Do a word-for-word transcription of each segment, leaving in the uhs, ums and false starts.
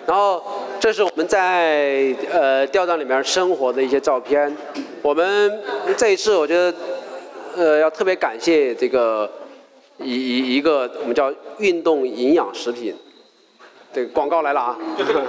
然后这是我们在呃吊帐里面生活的一些照片。我们这一次我觉得呃要特别感谢这个一一一个我们叫运动营养食品，这个广告来了啊。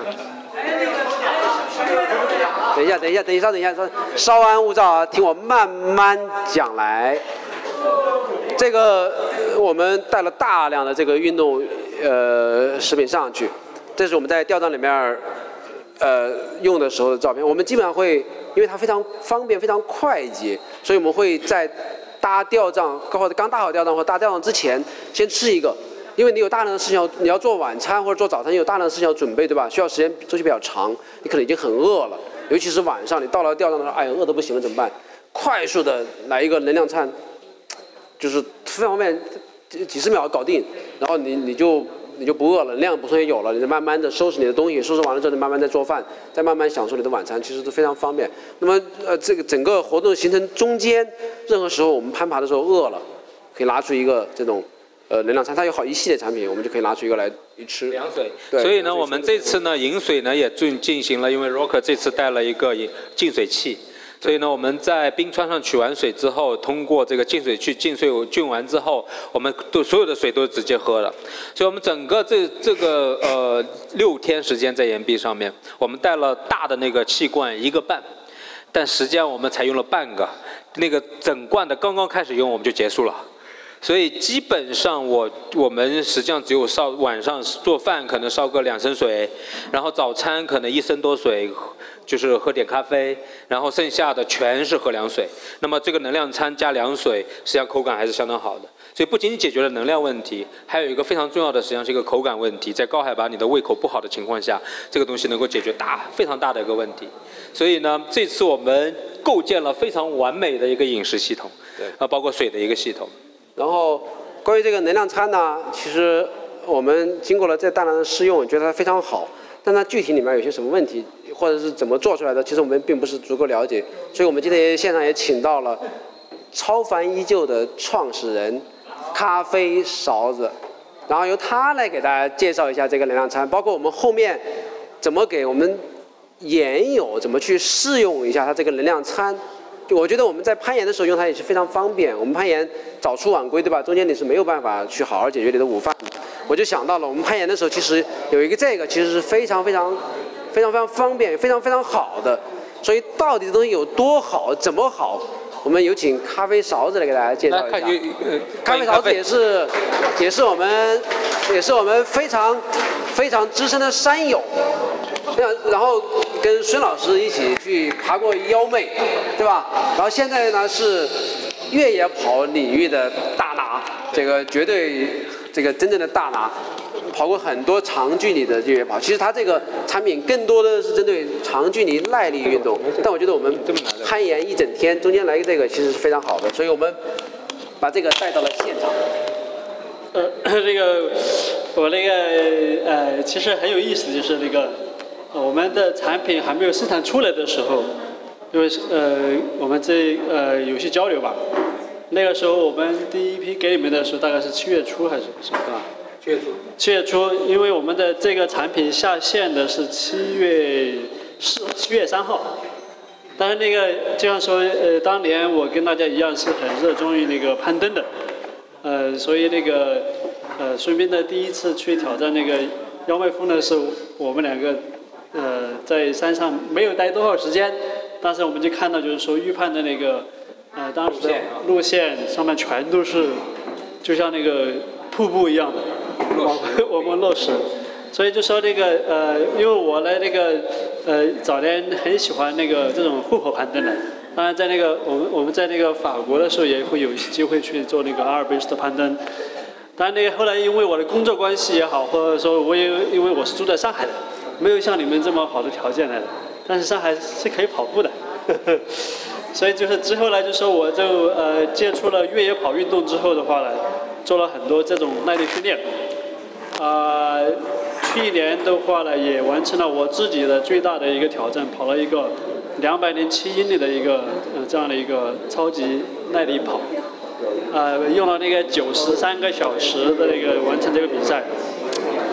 等一下，等一下，等一下，等一下，稍安勿躁啊，听我慢慢讲来。这个我们带了大量的这个运动呃食品上去，这是我们在吊帐里面呃用的时候的照片。我们基本上会，因为它非常方便、非常快捷，所以我们会在搭吊帐或者刚搭好吊帐或搭吊帐之前先吃一个。因为你有大量的事情要，你要做晚餐或者做早餐，你有大量的事情要准备，对吧？需要时间周期比较长，你可能已经很饿了，尤其是晚上，你到了吊帐的时候，哎呀，饿得不行了，怎么办？快速的来一个能量餐，就是非常方便，几十秒搞定，然后你你就你就不饿了，能量补充也有了，你再慢慢的收拾你的东西，收拾完了之后，你慢慢再做饭，再慢慢享受你的晚餐，其实都非常方便。那么呃，这个整个活动行程中间，任何时候我们攀爬的时候饿了，可以拿出一个这种。呃，能量餐它有好一系列产品，我们就可以拿出一个来一吃。 凉水。所以呢，我们这次呢，饮水呢也进进行了，因为 Rocker 这次带了一个净水器，所以呢，我们在冰川上取完水之后，通过这个净水器净水净完之后，我们都所有的水都直接喝了。所以我们整个这这个呃六天时间在岩壁上面，我们带了大的那个气罐一个半，但实际上我们才用了半个，那个整罐的刚刚开始用我们就结束了。所以基本上我我们实际上只有烧晚上做饭可能烧个两升水，然后早餐可能一升多水，就是喝点咖啡，然后剩下的全是喝凉水。那么这个能量餐加凉水，实际上口感还是相当好的。所以不仅仅解决了能量问题，还有一个非常重要的实际上是一个口感问题。在高海拔你的胃口不好的情况下，这个东西能够解决大非常大的一个问题。所以呢，这次我们构建了非常完美的一个饮食系统，对，啊，包括水的一个系统。 然后关于这个能量餐呢，其实我们经过了这大量的试用，觉得它非常好，但它具体里面有些什么问题，或者是怎么做出来的，其实我们并不是足够了解。所以我们今天现场也请到了超凡依旧的创始人咖啡勺子，然后由他来给大家介绍一下这个能量餐，包括我们后面怎么给我们研友怎么去试用一下它这个能量餐。我觉得我们在攀岩的时候用它也是非常方便。我们攀岩早出晚归，对吧？中间你是没有办法去好好解决你的午饭的。我就想到了，我们攀岩的时候其实有一个这个，其实是非常非常非常非常方便、非常非常好的。所以到底这东西有多好，怎么好？我们有请咖啡勺子来给大家介绍一下。咖啡勺子也是也是我们也是我们非常非常资深的山友。然后跟孙老师一起去爬过幺妹，对吧？然后现在呢是越野跑领域的大拿，这个绝对这个真正的大拿，跑过很多长距离的越野跑。其实它这个产品更多的是针对长距离耐力运动，但我觉得我们攀岩一整天中间来一个这个其实是非常好的，所以我们把这个带到了现场。 呃，这个我那个呃，其实很有意思，就是那个。我们的产品还没有生产出来的时候，因为呃我们这呃有些交流吧，那个时候我们第一批给你们的时候大概是七月初还是什么对吧？ 七月初。 七月初，因为我们的这个产品下线的是七月四七月三号，但是那个就像说呃当年我跟大家一样是很热衷于那个攀登的，呃所以那个呃孙斌的第一次去挑战那个幺妹峰的时候，我们两个。呃，在山上没有待多少时间，但是我们就看到，就是说预判的那个，呃，当时的路线上面全都是，就像那个瀑布一样的，我们落石。所以就说那个呃，因为我呢那个呃早年很喜欢那个这种户口攀登的，当然在那个我们我们在那个法国的时候也会有机会去做那个阿尔卑斯的攀登。当然那个后来因为我的工作关系也好，或者说我也因为我是住在上海的。没有像你们这么好的条件来的，但是上海是可以跑步的，呵呵，所以就是之后呢，就说我就呃接触了越野跑运动之后的话呢，做了很多这种耐力训练，啊、呃，去年的话呢也完成了我自己的最大的一个挑战，跑了一个两百零七英里的一个呃这样的一个超级耐力跑，啊、呃，用了那个九十三个小时的那个完成这个比赛。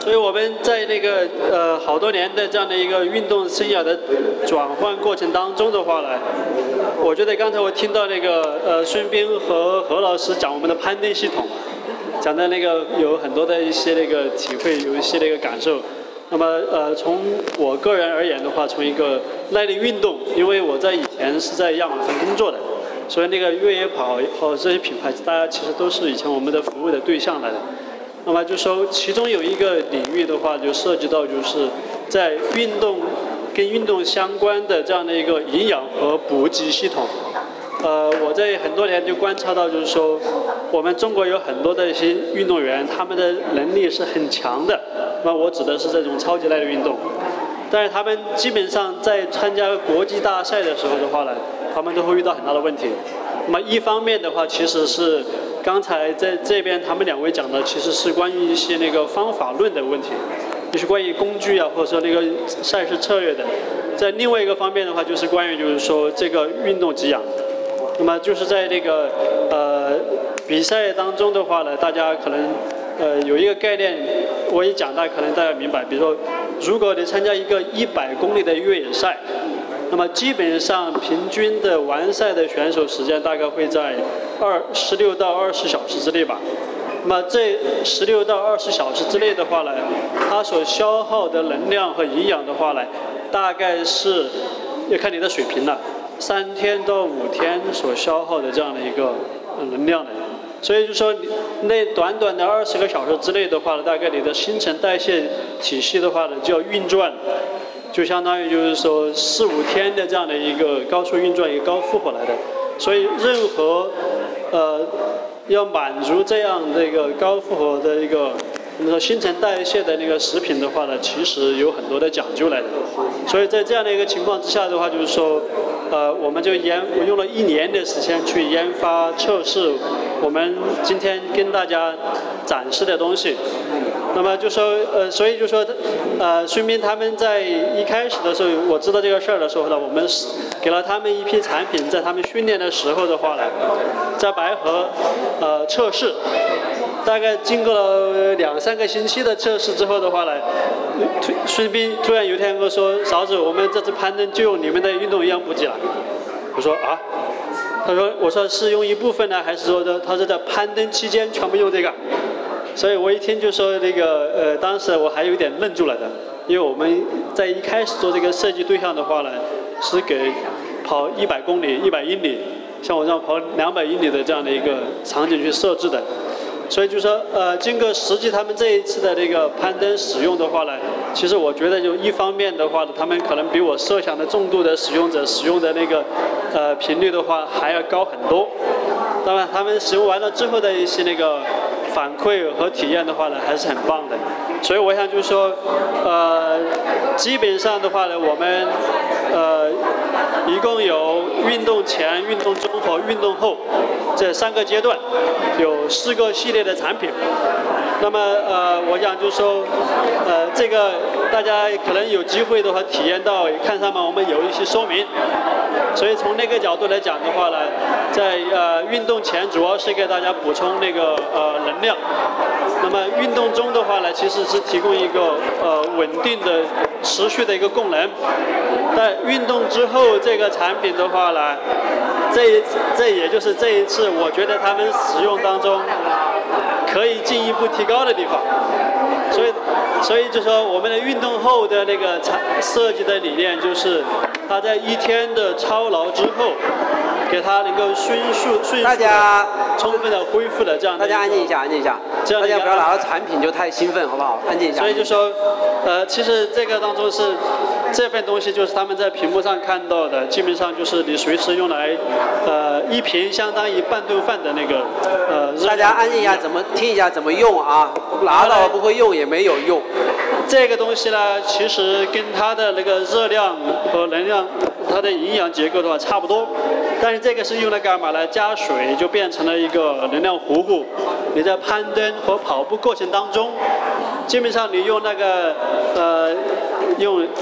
所以我们在那个呃好多年的这样的一个运动生涯的转换过程当中的话呢，我觉得刚才我听到那个呃孙斌和何老师讲我们的攀登系统，讲的那个有很多的一些那个体会，有一些那个感受。那么呃从我个人而言的话，从一个耐力运动，因为我在以前是在亚马逊工作的，所以那个越野跑和这些品牌，大家其实都是以前我们的服务的对象来的。那么就说其中有一个领域的话，就涉及到就是在运动跟运动相关的这样的一个营养和补给系统。呃，我在很多年就观察到，就是说我们中国有很多的一些运动员，他们的能力是很强的。那我指的是这种超级耐力运动，但是他们基本上在参加国际大赛的时候的话呢，他们都会遇到很大的问题。那么一方面的话，其实是刚才在这边他们两位讲的，其实是关于一些那个方法论的问题，就是关于工具啊，或者说那个赛事策略的。在另外一个方面的话，就是关于就是说这个运动给养。那么就是在那个呃比赛当中的话呢，大家可能呃有一个概念，我一讲大家可能大家明白。比如说，如果你参加一个一百公里的越野赛，那么基本上平均的完赛的选手时间大概会在二十六到二十小时之内吧。那么这十六到二十小时之内的话呢，它所消耗的能量和营养的话呢，大概是要看你的水平了。三天到五天所消耗的这样的一个能量的，所以就说那短短的二十个小时之内的话呢，大概你的新陈代谢体系的话呢就要运转，就相当于就是说四五天的这样的一个高速运转，一个高负荷来的。所以任何呃要满足这样的一个高负荷的一个我们说新陈代谢的那个食品的话呢，其实有很多的讲究来的。所以在这样的一个情况之下的话，就是说，呃，我们就研我用了一年的时间去研发测试我们今天跟大家展示的东西。那么就说，呃，所以就说，呃，孙斌他们在一开始的时候，我知道这个事儿的时候呢，我们给了他们一批产品，在他们训练的时候的话呢，在白河，呃，测试。大概经过了两三个星期的测试之后的话呢，孙斌突然有一天跟我说：“嫂子，我们这次攀登就用你们的运动营养补给了。”我说：“啊？”他说：“我说是用一部分呢，还是说的？他说在攀登期间全部用这个。”所以我一听就说那个呃，当时我还有点愣住了的，因为我们在一开始做这个设计对象的话呢，是给跑一百公里、一百英里，像我这样跑两百英里的这样的一个场景去设置的。所以就说，呃，经过实际他们这一次的这个攀登使用的话呢，其实我觉得就一方面的话呢，他们可能比我设想的重度的使用者使用的那个呃频率的话还要高很多。当然，他们使用完了之后的一些那个反馈和体验的话呢，还是很棒的。所以我想就是说，呃，基本上的话呢，我们呃一共有运动前、运动中和运动后这三个阶段，有四个系列的产品。那么呃，我想就是说，呃，这个大家可能有机会的话体验到，看上面我们有一些说明。所以从那个角度来讲的话呢，在呃运动前主要是给大家补充那个呃能量，那么运动中的话呢，其实是提供一个呃稳定的、持续的一个功能。但运动之后这个产品的话呢，这这也就是这一次我觉得他们使用当中可以进一步提高的地方。所以，所以就说我们的运动后的那个产设计的理念就是，它在一天的操劳之后，给它能够迅速、迅速、 大家充分的恢复的这样的。 大家安静一下，安静一下。 这样大家不要拿到产品就太兴奋，好不好？安静一下。 所以就说，呃，其实这个当中是这份东西，就是他们在屏幕上看到的，基本上就是你随时用来，呃，一瓶相当于半顿饭的那个，呃。 大家安静一下，怎么听一下怎么用啊？拿到了不会用也没有用。 这个东西呢，其实跟它的那个热量和能量，它的营养结构的话差不多，但是这个是用来干嘛呢？加水就变成了一个能量糊糊。你在攀登和跑步过程当中，基本上你用那个呃用，如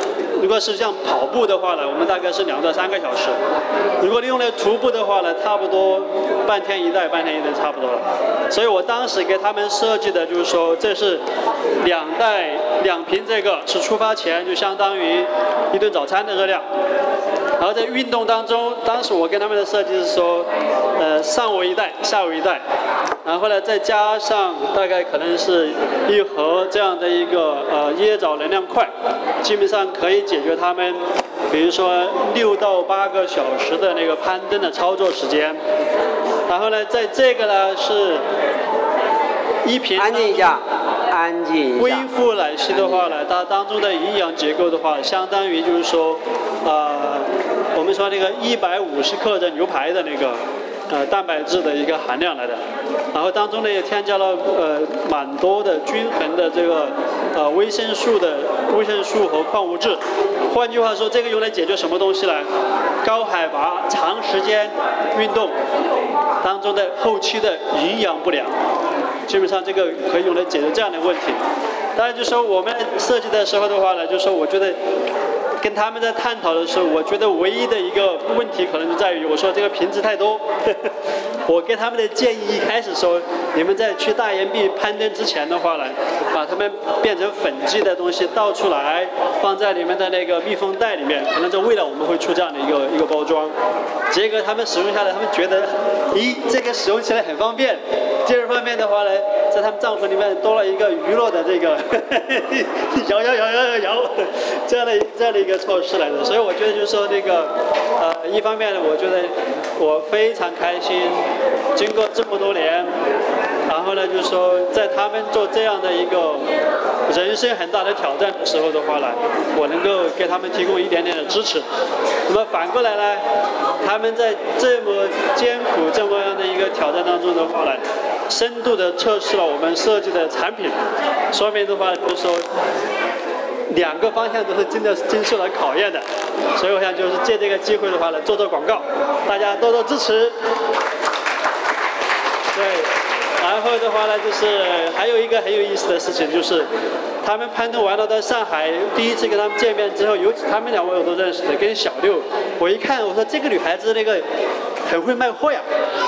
果是像跑步的话呢，我们大概是两到三个小时；如果用来徒步的话呢，差不多半天一袋，半天一袋差不多了。所以我当时给他们设计的就是说，这是两袋两瓶，这个是出发前就相当于一顿早餐的热量。然后在运动当中，当时我跟他们的设计是说，呃，上午一袋，下午一袋，然后呢再加上大概可能是一盒这样的一个呃椰枣能量块，基本上可以解决他们，比如说六到八个小时的那个攀登的操作时间。然后呢，在这个呢是一瓶。 安静一下。安静一恢下。 复奶昔的话呢，它当中的营养结构的话，相当于就是说，呃，我们说那个一百五十克的牛排的那个呃蛋白质的一个含量来的，然后当中呢也添加了呃蛮多的均衡的这个呃维生素的维生素和矿物质。换句话说，这个用来解决什么东西呢？高海拔长时间运动当中的后期的营养不良。基本上这个可以用来解决这样的问题。当然，就说我们设计的时候的话呢，就说我觉得跟他们在探讨的时候，我觉得唯一的一个问题可能就在于，我说这个瓶子太多。我给他们的建议一开始说，你们在去大岩壁攀登之前的话呢，把它们变成粉剂的东西倒出来，放在你们的那个密封袋里面，可能就为了我们会出这样的一个一个包装。结果他们使用下来，他们觉得，咦，这个使用起来很方便。第二方面的话呢，在他们帐篷里面多了一个娱乐的这个摇摇摇摇摇摇这样的这样的一个措施来的。所以我觉得就是说那个呃，一方面呢，我觉得我非常开心，经过这么多年，然后呢，就是说在他们做这样的一个人生很大的挑战的时候的话呢，我能够给他们提供一点点的支持。那么反过来呢，他们在这么艰苦这么样的一个挑战当中的话呢，深度的测试了我们设计的产品，说明的话就是说，两个方向都是真的经受了考验的，所以我想就是借这个机会的话呢，做做广告，大家多多支持。对，然后的话呢，就是还有一个很有意思的事情，就是他们攀登完了到上海，第一次跟他们见面之后，尤其他们两位我都认识的，跟小六，我一看我说这个女孩子那个很会卖货呀。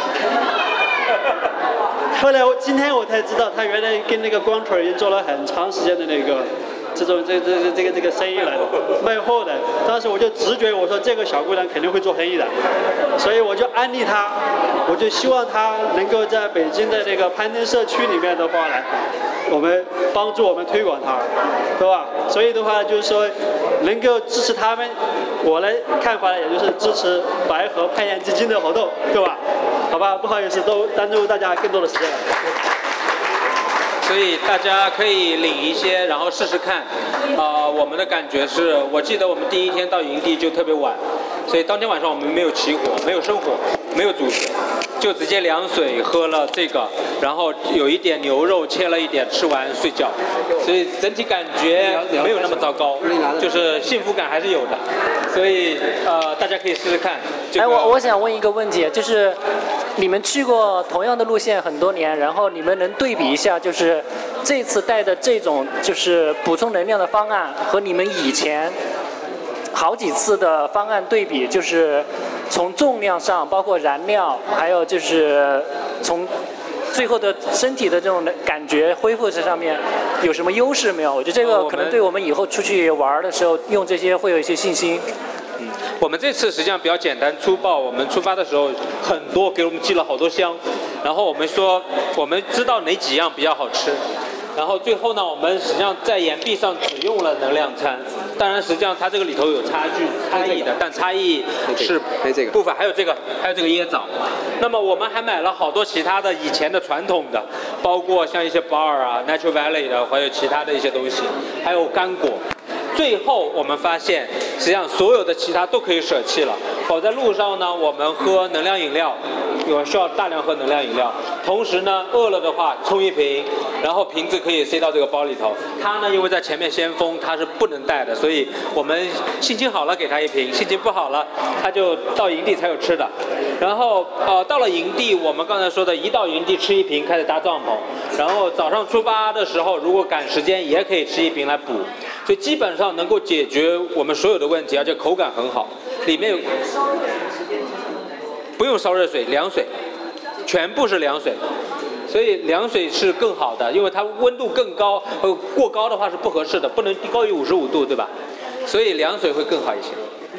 后来我今天我才知道，她原来跟那个光腿已经做了很长时间的那个这种这这这这个这个生意来的，卖货的。当时我就直觉我说这个小姑娘肯定会做生意的，所以我就安利她，我就希望她能够在北京的那个攀登社区里面的话呢，我们帮助我们推广她，对吧？所以的话就是说能够支持他们，我的看法呢也就是支持白河攀岩基金的活动，对吧？好吧，不好意思，都耽误大家更多的时间了。 所以大家可以领一些，然后试试看。啊、呃，我们的感觉是，我记得我们第一天到营地就特别晚，所以当天晚上我们没有起火，没有生火，没有煮，就直接凉水喝了这个，然后有一点牛肉切了一点，吃完睡觉。所以整体感觉没有那么糟糕，就是幸福感还是有的。所以呃，大家可以试试看。这个、 哎，我我想问一个问题，就是你们去过同样的路线很多年，然后你们能对比一下，就是这次带的这种就是补充能量的方案和你们以前好几次的方案对比，就是从重量上，包括燃料，还有就是从最后的身体的这种感觉恢复上面有什么优势没有？我觉得这个可能对我们以后出去玩的时候用这些会有一些信心。 嗯，我们这次实际上比较简单粗暴。我们出发的时候，很多给我们寄了好多箱，然后我们说我们知道哪几样比较好吃，然后最后呢，我们实际上在岩壁上只用了能量餐。当然，实际上它这个里头有差距差异的，但差异是部分。还有这个，还有这个椰枣。那么我们还买了好多其他的以前的传统的，包括像一些 bar 啊、Natural Valley 的，还有其他的一些东西，还有干果。最后我们发现，实际上所有的其他都可以舍弃了。跑在路上呢，我们喝能量饮料，有需要大量喝能量饮料。同时呢，饿了的话冲一瓶，然后瓶子可以塞到这个包里头。它呢，因为在前面先锋，它是不能带的，所以我们心情好了给它一瓶，心情不好了，它就到营地才有吃的。然后呃，到了营地，我们刚才说的，一到营地吃一瓶，开始搭帐篷。然后早上出发的时候，如果赶时间，也可以吃一瓶来补。 所以基本上能够解决我们所有的问题，而且口感很好。里面有不用烧热水，凉水，全部是凉水。所以凉水是更好的，因为它温度更高，呃，过高的话是不合适的，不能高于五十五度，对吧？所以凉水会更好一些。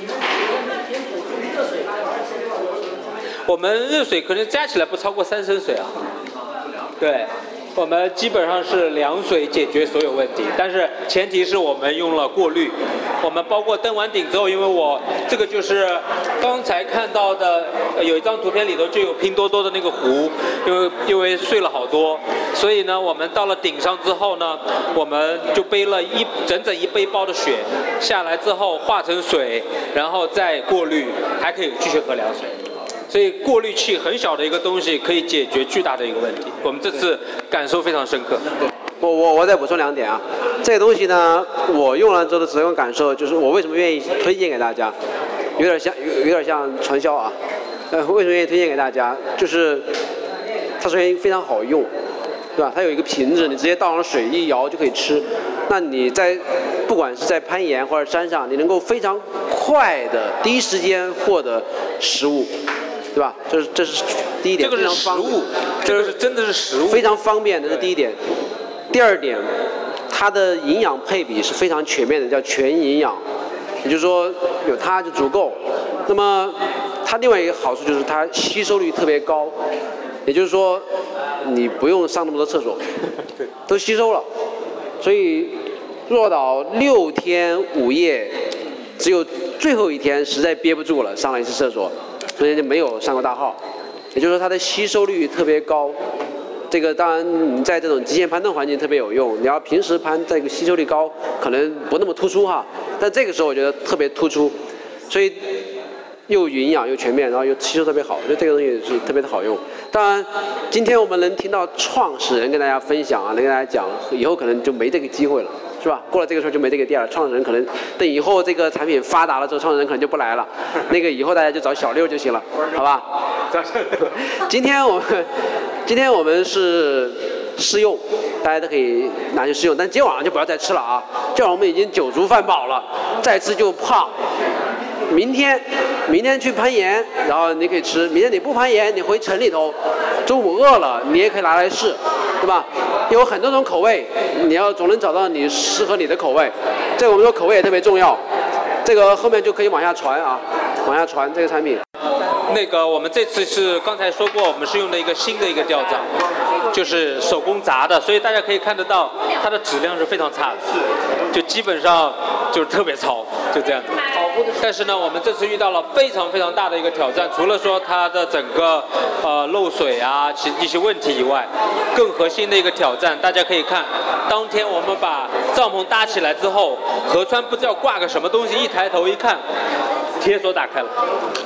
我们热水可能加起来不超过三升水啊。对，我们基本上是凉水解决所有问题，但是前提是我们用了过滤。我们包括登完顶之后，因为我这个就是刚才看到的，呃、有一张图片里头就有拼多多的那个壶，因为因为碎了好多，所以呢，我们到了顶上之后呢，我们就背了一整整一背包的雪下来之后化成水，然后再过滤，还可以继续喝凉水。所以过滤器很小的一个东西可以解决巨大的一个问题，我们这次感受非常深刻。 我我我再补充两点啊，这个东西呢，我用了之后的直观感受就是我为什么愿意推荐给大家，有点像有有点像传销啊，呃，为什么愿意推荐给大家？就是它首先非常好用，对吧？它有一个瓶子，你直接倒上水一摇就可以吃。那你在不管是在攀岩或者山上，你能够非常快的第一时间获得食物。对吧？这是这是第一点， 这个是食物，这个是真的是食物， 非常方便的，这是第一点。第二点，它的营养配比是非常全面的，叫全营养，也就是说有它就足够。那么它另外一个好处就是它吸收率特别高，也就是说你不用上那么多厕所，都吸收了。所以若岛六天五夜，只有最后一天实在憋不住了，上了一次厕所。所以就没有上过大号，也就是说它的吸收率特别高。这个当然你在这种极限攀登环境特别有用，你要平时攀这个吸收率高可能不那么突出哈，但这个时候我觉得特别突出，所以又营养又全面，然后又吸收特别好，我觉得这个东西是特别的好用。当然今天我们能听到创始人跟大家分享啊，能跟大家讲，以后可能就没这个机会了。是吧？过了这个时候就没这个店了。创始人可能等以后这个产品发达了之后，创始人可能就不来了。那个以后大家就找小六就行了，好吧？今天我们今天我们是试用，大家都可以拿去试用，但今天晚上就不要再吃了啊！这会儿我们已经酒足饭饱了，再吃就胖。明天明天去攀岩，然后你可以吃。明天你不攀岩，你回城里头，中午饿了你也可以拿来试，对吧？有很多种口味，你要总能找到你适合你的口味。这个我们说口味也特别重要，这个后面就可以往下传啊，往下传这个产品。 那个我们这次是刚才说过，我们是用的一个新的一个吊掌，就是手工砸的，所以大家可以看得到它的质量是非常差的，就基本上就是特别糙，就这样子。但是呢，我们这次遇到了非常非常大的一个挑战，除了说它的整个呃漏水啊其一些问题以外，更核心的一个挑战，大家可以看，当天我们把帐篷搭起来之后，河川不知道挂个什么东西，一抬头一看，铁锁打开了，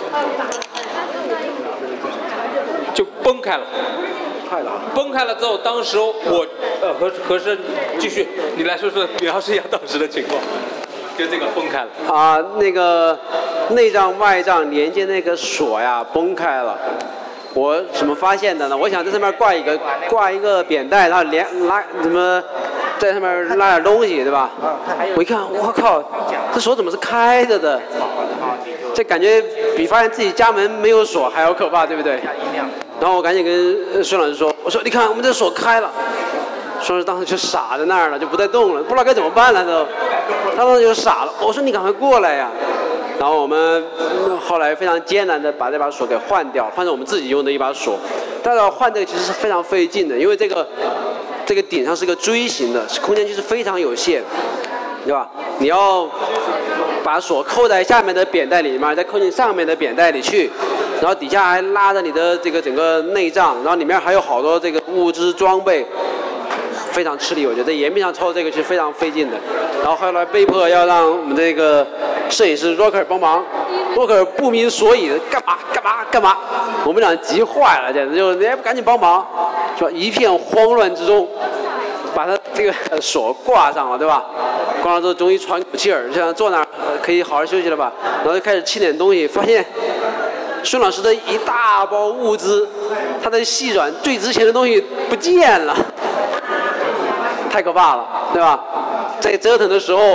就崩开了。崩开了之后，当时我呃何何生继续，你来说说描述一下当时的情况。就这个崩开了啊，那个内帐外帐连接那个锁呀崩开了。我怎么发现的呢？我想在上面挂一个挂一个扁带，然后连拉怎么在上面拉点东西，对吧？我一看，我靠，这锁怎么是开着的？这感觉比发现自己家门没有锁还要可怕，对不对？然后我赶紧跟孙老师说，我说你看我们这锁开了。孙老师当时就傻在那儿了，就不再动了，不知道该怎么办了都。他当时就傻了，我说你赶快过来呀！然后我们后来非常艰难的把这把锁给换掉，换成我们自己用的一把锁。但是换这个其实是非常费劲的，因为这个这个顶上是个锥形的，空间其实非常有限，对吧？你要把锁扣在下面的扁带里面，再扣进上面的扁带里去，然后底下还拉着你的这个整个内帐，然后里面还有好多这个物资装备。非常吃力，我觉得在岩壁上操这个是非常费劲的。然后后来被迫要让我们这个摄影师 Rocker 帮忙 ，Rocker 不明所以的干嘛干嘛干嘛，我们俩急坏了，简直就哎赶紧帮忙，是吧？一片慌乱之中，把他这个锁挂上了，对吧？挂上之后终于喘口气儿，就想坐那儿可以好好休息了吧？然后就开始清点东西，发现孙老师的一大包物资，他的细软最值钱的东西不见了。太可怕了，对吧？在折腾的时候，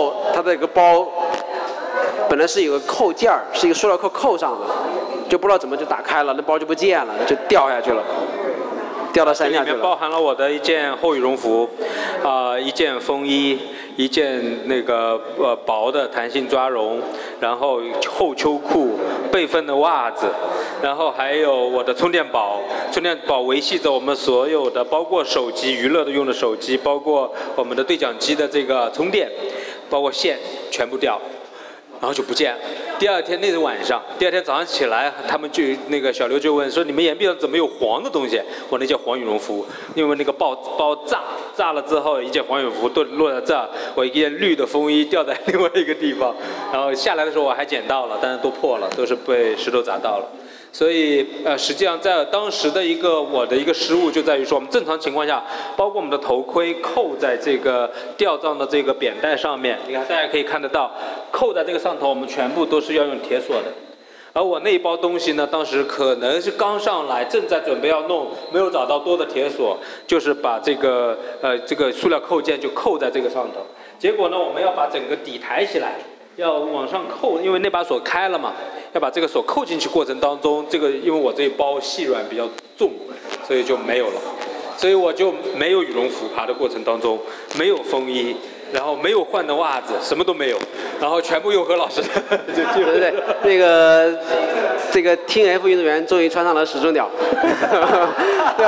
它这个包本来是有个扣件儿，是一个塑料扣扣上的，就不知道怎么就打开了，那包就不见了，就掉下去了。掉到山下去了。 里面包含了我的一件厚羽绒服，啊、呃，一件风衣，一件那个呃薄的弹性抓绒，然后厚秋裤，备份的袜子，然后还有我的充电宝，充电宝维系着我们所有的，包括手机娱乐的用的手机，包括我们的对讲机的这个充电，包括线全部掉。然后就不见了。第二天那是晚上，第二天早上起来，他们就那个小刘就问说：“你们岩壁上怎么有黄的东西？”我那件黄羽绒服，因为那个爆包炸炸了之后，一件黄羽绒服落落在这儿，我一件绿的风衣掉在另外一个地方，然后下来的时候我还捡到了，但是都破了，都是被石头砸到了。所以呃，实际上在当时的一个我的一个失误就在于说，我们正常情况下，包括我们的头盔扣在这个吊杖的这个扁带上面，你看大家可以看得到，扣在这个上头，我们全部都是要用铁锁的。而我那一包东西呢，当时可能是刚上来，正在准备要弄，没有找到多的铁锁，就是把这个呃这个塑料扣件就扣在这个上头。结果呢，我们要把整个底抬起来，要往上扣，因为那把锁开了嘛。要把这个手扣进去过程当中，这个因为我这一包细软比较重，所以就没有了，所以我就没有羽绒服，爬的过程当中没有风衣，然后没有换的袜子，什么都没有，然后全部用何老师的就对对对，那个这个听 F 运动员终于穿上了始终鸟，对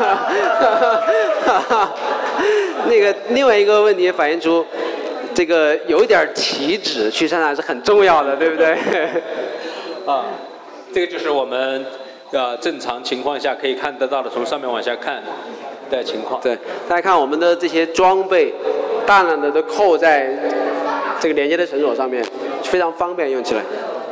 吧？那个另外一个问题反映出，这个有一点体脂去山上是很重要的，对不对？ 啊，这个就是我们呃正常情况下可以看得到的，从上面往下看的情况。 对，大家看我们的这些装备，大量的都扣在这个连接的绳索上面，非常方便用起来。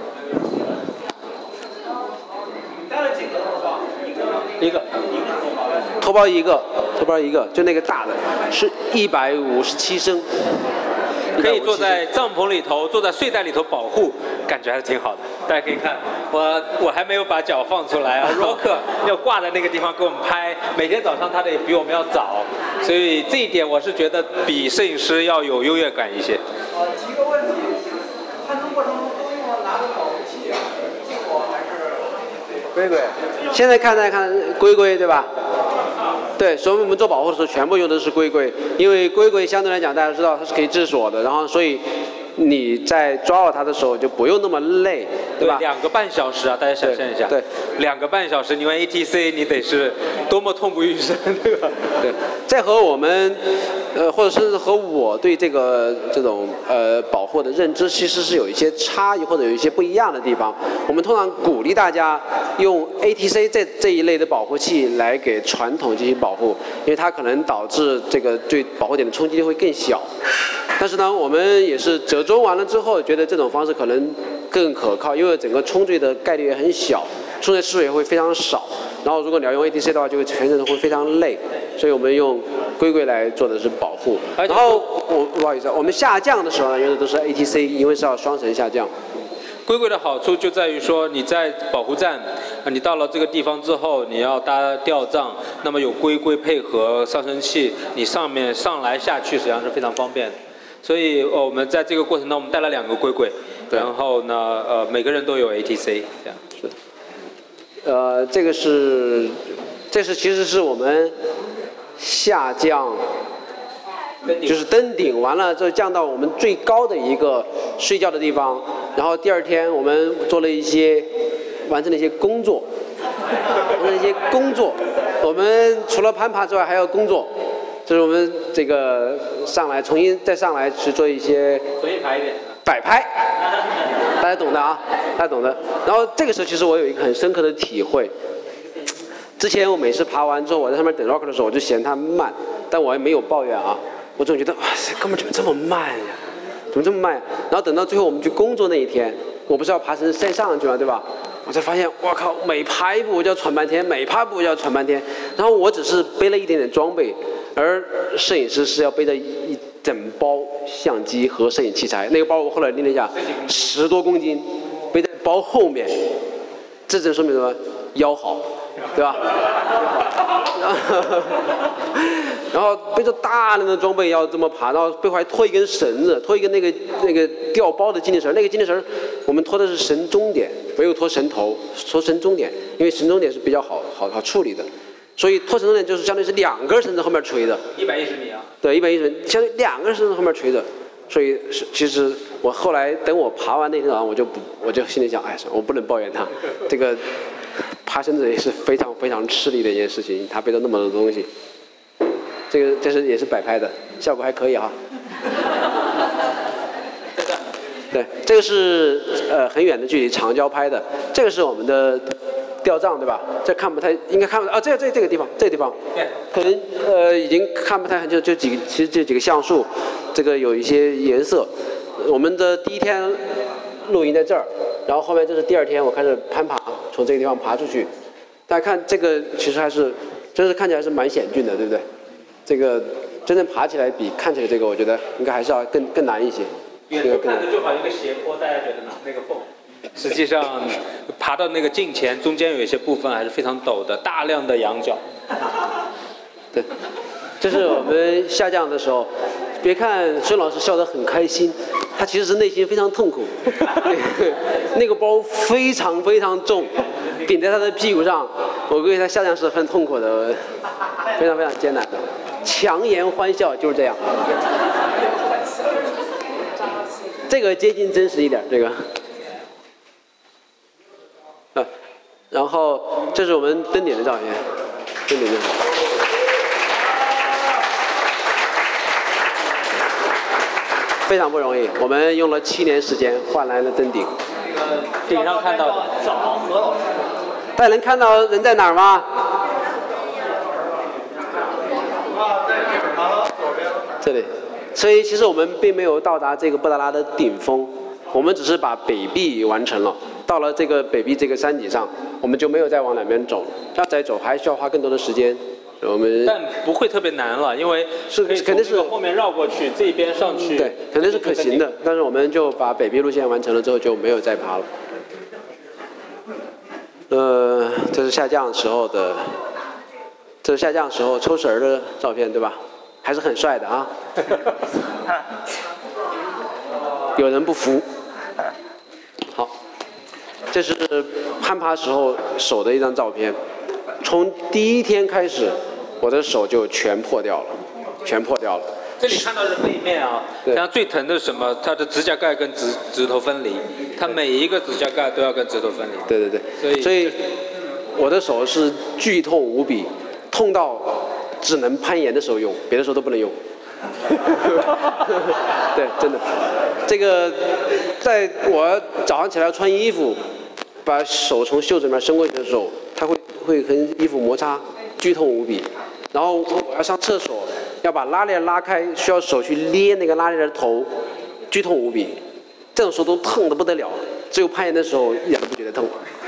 一个， 头包一个，头包一个，就那个大的，是一百五十七升。 可以坐在帐篷里头，坐在睡袋里头保护，感觉还是挺好的。大家可以看，我我还没有把脚放出来啊。Rock 要挂在那个地方给我们拍，每天早上他得比我们要早，所以这一点我是觉得比摄影师要有优越感一些。 呃，提个问题，攀登过程中都用了哪种保护器啊？静火还是龟龟？现在看大家看龟龟对吧？对，所以我们做保护的时候，全部用的是龟龟，因为龟龟相对来讲，大家知道它是可以治锁的，然后所以你在抓到它的时候就不用那么累，对吧？ 对，两个半小时啊，大家想象一下， 对，对两个半小时，你玩 A T C， 你得是多么痛不欲生，对吧？ 对，再和我们，呃，或者甚至和我对这个这种呃保护的认知，其实是有一些差异或者有一些不一样的地方。我们通常鼓励大家用 A T C 这这一类的保护器来给传统进行保护，因为它可能导致这个对保护点的冲击力会更小。但是呢，我们也是折中完了之后，觉得这种方式可能更可靠，因为整个冲坠的概率也很小，冲坠次数也会非常少。然后如果你要用 A T C 的话，就会全程会非常累，所以我们用龟龟来做的是保护。然后我不好意思，我们下降的时候呢，用的都是 A T C， 因为是要双层下降。 龟龟的好处就在于说，你在保护站，你到了这个地方之后，你要搭吊杖，那么有龟龟配合上升器，你上面上来下去实际上是非常方便的。所以我们在这个过程中，我们带了两个龟龟，然后呢，呃，每个人都有 A T C， 这样是。 呃，这个是，这是其实是我们下降，就是登顶完了之后降到我们最高的一个睡觉的地方，然后第二天我们做了一些完成了一些工作，完成了一些工作，我们除了攀爬之外还要工作。就是我们这个上来重新再上来去做一些重新爬一遍摆拍，大家懂的啊，大家懂的。然后这个时候其实我有一个很深刻的体会。之前我每次爬完之后，我在上面等 Rock 的时候，我就嫌它慢，但我也没有抱怨啊，我总觉得哇塞，哥们怎么这么慢呀？怎么这么慢呀？然后等到最后我们去工作那一天，我不是要爬成山上去嘛，对吧？我才发现，我靠，每爬一步我就要喘半天，每爬一步我就要喘半天。然后我只是背了一点点装备，而摄影师是要背着一整包相机和摄影器材。那个包我后来拎了一下，十多公斤，背在包后面。这就说明什么？ 腰好，对吧？然后背着大量的装备要这么爬，然后背后还拖一根绳子，拖一根那个那个吊包的精灵绳，那个精灵绳我们拖的是绳中点，没有拖绳头，拖绳中点，因为绳中点是比较好好好处理的。所以拖绳中点就是相当于是两根绳子后面垂着， 一百一十米啊。 对，一百一十米，相当于两根绳子后面垂着。所以是其实我后来等我爬完那天早上，我就不我就心里想，哎，我不能抱怨他，这个爬绳子也是非常非常吃力的一件事情，他背着那么多东西。这个这是也是摆拍的，效果还可以哈。对，这个是呃很远的距离长焦拍的，这个是我们的吊杖对吧？这看不太，应该看不到啊，这这这个地方，这个地方， 对， 可能呃已经看不太，就就几个，其实这几个像素，这个有一些颜色。我们的第一天露营在这儿，然后后面这是第二天我开始攀爬，从这个地方爬出去。大家看这个其实还是，真是看起来是蛮险峻的，对不对？这个真正爬起来比看起来这个，我觉得应该还是要更更难一些。 远处看着就好像一个斜坡，大家觉得呢？那个缝。实际上，爬到那个镜前，中间有一些部分还是非常陡的，大量的仰角。 对，这是我们下降的时候，别看孙老师笑得很开心，他其实是内心非常痛苦。那个包非常非常重，顶在他的屁股上，我估计他下降是很痛苦的，非常非常艰难的。强颜欢笑就是这样。这个接近真实一点，这个。啊，然后这是我们登顶的照片，登顶的。非常不容易，我们用了七年时间换来了登顶。 顶上看到的。 找何老师。 大家能看到人在哪儿吗？这里。所以其实我们并没有到达这个布达拉的顶峰，我们只是把北壁完成了。到了这个北壁这个山脊上，我们就没有再往两边走，要再走还需要花更多的时间。我们但不会特别难了，因为是肯定是后面绕过去，这边上去， 对，肯定是可行的。但是我们就把北壁路线完成了之后就没有再爬了。呃，这是下降时候的，这是下降时候抽绳儿的照片，对吧？还是很帅的啊。有人不服。好，这是攀爬时候手的一张照片。从第一天开始，我的手就全破掉了，全破掉了。 这里看到是背面啊，像最疼的是什么？它的指甲盖跟指指头分离，它每一个指甲盖都要跟指头分离。 对对对，所以所以我的手是剧痛无比，痛到只能攀岩的时候用，别的时候都不能用。对，真的，这个在我早上起来要穿衣服，把手从袖子里面伸过去的时候，它会会和衣服摩擦，剧痛无比。然后我要上厕所，要把拉链拉开，需要手去捏那个拉链的头，剧痛无比。这种时候都痛得不得了，只有攀岩的时候一点都不觉得痛。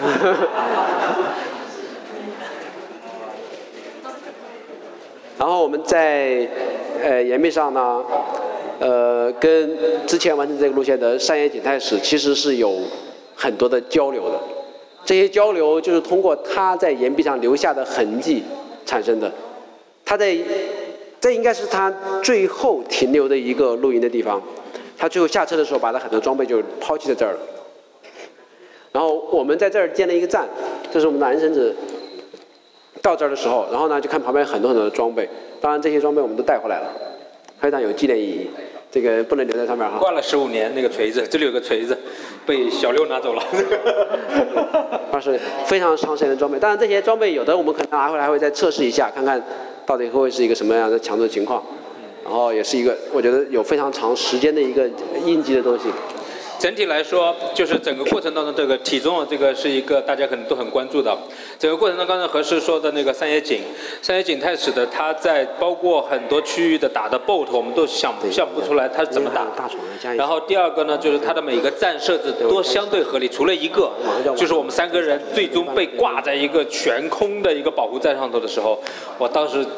然后我们在呃岩壁上呢，呃跟之前完成这个路线的山野景太史其实是有很多的交流的，这些交流就是通过他在岩壁上留下的痕迹产生的。他在这应该是他最后停留的一个露营的地方，他最后下车的时候把他很多装备就抛弃在这儿了。然后我们在这儿建了一个站，这是我们的安身子。到这儿的时候，然后呢就看旁边很多很多的装备，当然这些装备我们都带回来了，非常有纪念意义。这个不能留在上面哈。 挂了十五年那个锤子，这里有个锤子，被小六拿走了。 二十非常长时间的装备，当然这些装备有的我们可能拿回来还会再测试一下，看看到底会不会是一个什么样的强度的情况。然后也是一个我觉得有非常长时间的一个印记的东西。 整体来说，就是整个过程当中，这个体重这个是一个大家可能都很关注的。整个过程中，刚才何师说的那个山野景，山野景太史的，他在包括很多区域的打的 B O T， 我们都想象不出来他是怎么打。然后第二个呢，就是他的每个站设置都相对合理，除了一个，就是我们三个人最终被挂在一个悬空的一个保护站上头的时候，我当时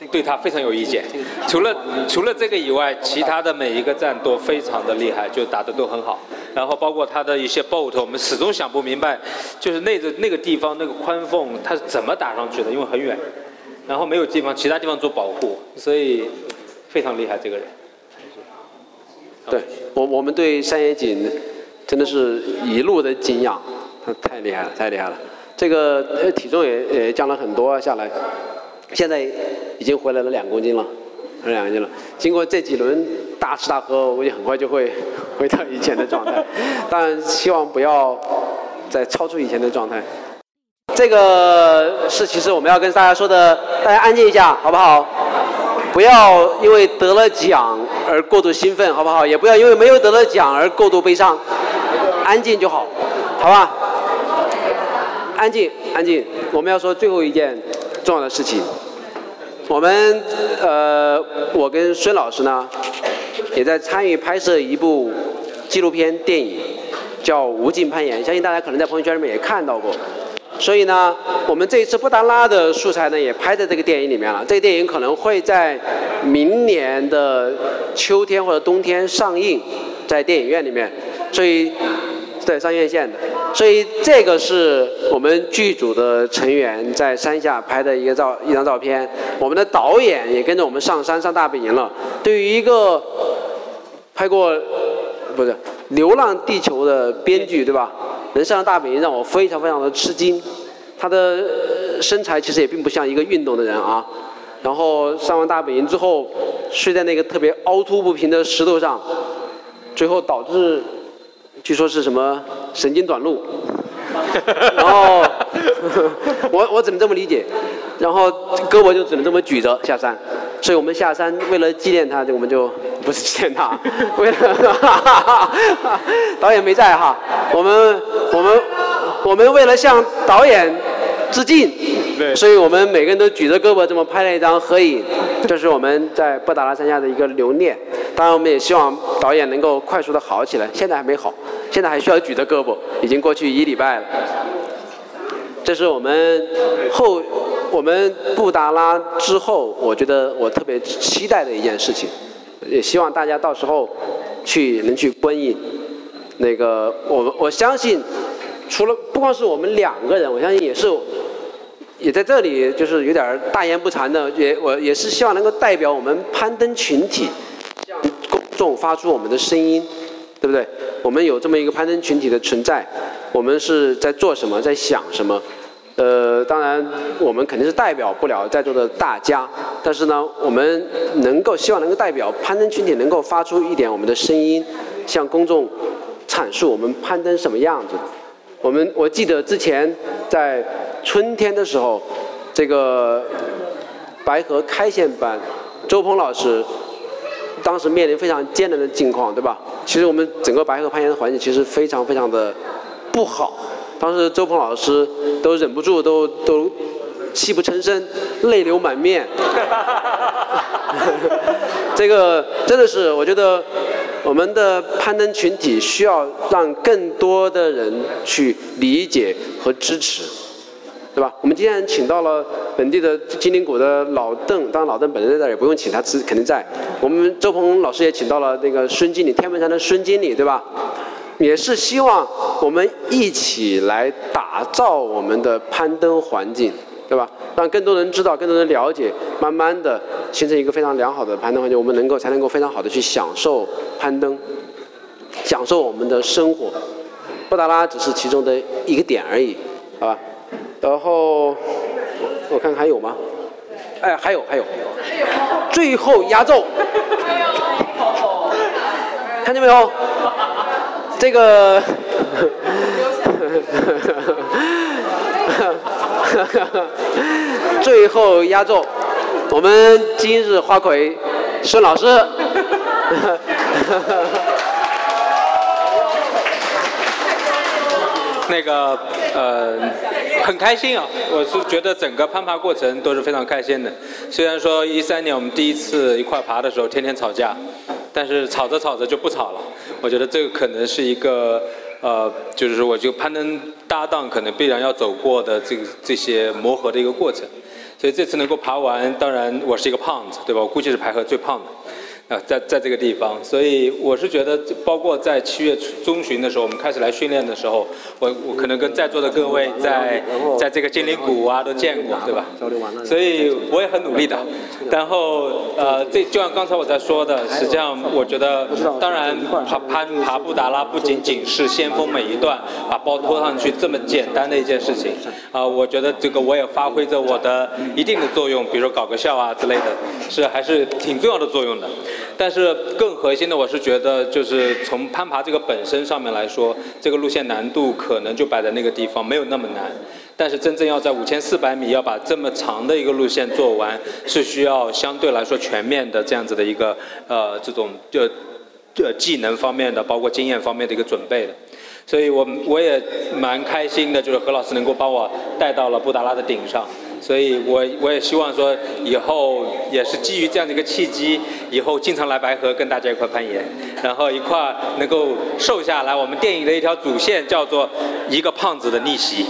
对他非常有意见。除了除了这个以外，其他的每一个站都非常的厉害，就打得都很好。然后包括他的一些 bolt， 我们始终想不明白，就是那个那个地方那个宽缝它是怎么打上去的，因为很远，然后没有地方其他地方做保护，所以非常厉害这个人。 对我我们对山野井真的是一路的敬仰，他太厉害了，太厉害了。这个呃体重也也降了很多下来，现在已经回来了两公斤了，回来两公斤了。经过这几轮大吃大喝，我估计很快就会回到以前的状态，但希望不要再超出以前的状态。这个是其实我们要跟大家说的，大家安静一下，好不好？不要因为得了奖而过度兴奋，好不好？也不要因为没有得了奖而过度悲伤，安静就好，好吧？安静，安静。我们要说最后一件重要的事情。我们呃，我跟孙老师呢，也在参与拍摄一部纪录片电影，叫《无尽攀岩》，相信大家可能在朋友圈里面也看到过。所以呢，我们这一次布达拉的素材呢，也拍在这个电影里面了。这个电影可能会在明年的秋天或者冬天上映，在电影院里面。所以，对，上院线的。所以这个是我们剧组的成员在山下拍的一个照一张照片。我们的导演也跟着我们上山上大本营了。对于一个拍过不是《流浪地球》的编剧，对吧？能上大本营让我非常非常的吃惊，他的身材其实也并不像一个运动的人啊。然后上完大本营之后，睡在那个特别凹凸不平的石头上，最后导致据说是什么神经短路。然后我我只能这么理解，然后胳膊就只能这么举着下山。所以我们下山为了纪念他，我们就不是纪念他，为了导演没在哈，我们我们我们为了向导演致敬，所以我们每个人都举着胳膊这么拍了一张合影，这是我们在布达拉山下的一个留念。当然，我们也希望导演能够快速的好起来，现在还没好，现在还需要举着胳膊，已经过去一礼拜了。这是我们后我们布达拉之后，我觉得我特别期待的一件事情，也希望大家到时候去能去观影。那个我我相信，除了不光是我们两个人，我相信也是也在这里就是有点大言不惭的，也我也是希望能够代表我们攀登群体，向公众发出我们的声音，对不对？我们有这么一个攀登群体的存在，我们是在做什么，在想什么？呃，当然我们肯定是代表不了在座的大家，但是呢，我们能够希望能够代表攀登群体，能够发出一点我们的声音，向公众阐述我们攀登什么样子。我们我记得之前在春天的时候，这个白河开线班，周鹏老师当时面临非常艰难的境况，对吧？其实我们整个白河攀岩的环境其实非常非常的不好。当时周鹏老师都忍不住都都泣不成声，泪流满面。这个真的是，我觉得我们的攀登群体需要让更多的人去理解和支持，对吧？我们今天请到了本地的金陵谷的老邓，当然老邓本人在这儿也不用请，他肯定在。我们周鹏老师也请到了那个孙经理，天门山的孙经理，对吧？也是希望我们一起来打造我们的攀登环境，对吧？让更多人知道，更多人了解，慢慢的形成一个非常良好的攀登环境，我们能够才能够非常好的去享受攀登，享受我们的生活。布达拉只是其中的一个点而已，好吧？然后我看看还有吗？哎，还有还有，最后压轴，看见没有？这个最后压轴，我们今日花魁孙老师。 那个呃，很开心啊！我是觉得整个攀爬过程都是非常开心的。虽然说一三年我们第一次一块爬的时候天天吵架，但是吵着吵着就不吵了。我觉得这个可能是一个呃，就是说我就攀登搭档可能必然要走过的这个这些磨合的一个过程。 所以这次能够爬完，当然我是一个胖子，对吧？我估计是排河最胖的。啊，在在这个地方，所以我是觉得，包括在七月中旬的时候，我们开始来训练的时候，我我可能跟在座的各位在在这个精灵谷啊都见过，对吧？所以我也很努力的。然后呃，这就像刚才我在说的，实际上我觉得，当然爬攀爬布达拉不仅仅是先锋每一段把包拖上去这么简单的一件事情啊、呃，我觉得这个我也发挥着我的一定的作用，比如说搞个笑啊之类的，是还是挺重要的作用的。但是更核心的，我是觉得就是从攀爬这个本身上面来说，这个路线难度可能就摆在那个地方，没有那么难。但是真正要在五千四百米要把这么长的一个路线做完，是需要相对来说全面的这样子的一个呃这种就呃技能方面的，包括经验方面的一个准备的。所以我我也蛮开心的，就是何老师能够把我带到了布达拉的顶上。所以我我也希望说，以后也是基于这样的一个契机，以后经常来白河跟大家一块攀岩，然后一块能够瘦下来。我们电影的一条主线叫做一个胖子的逆袭。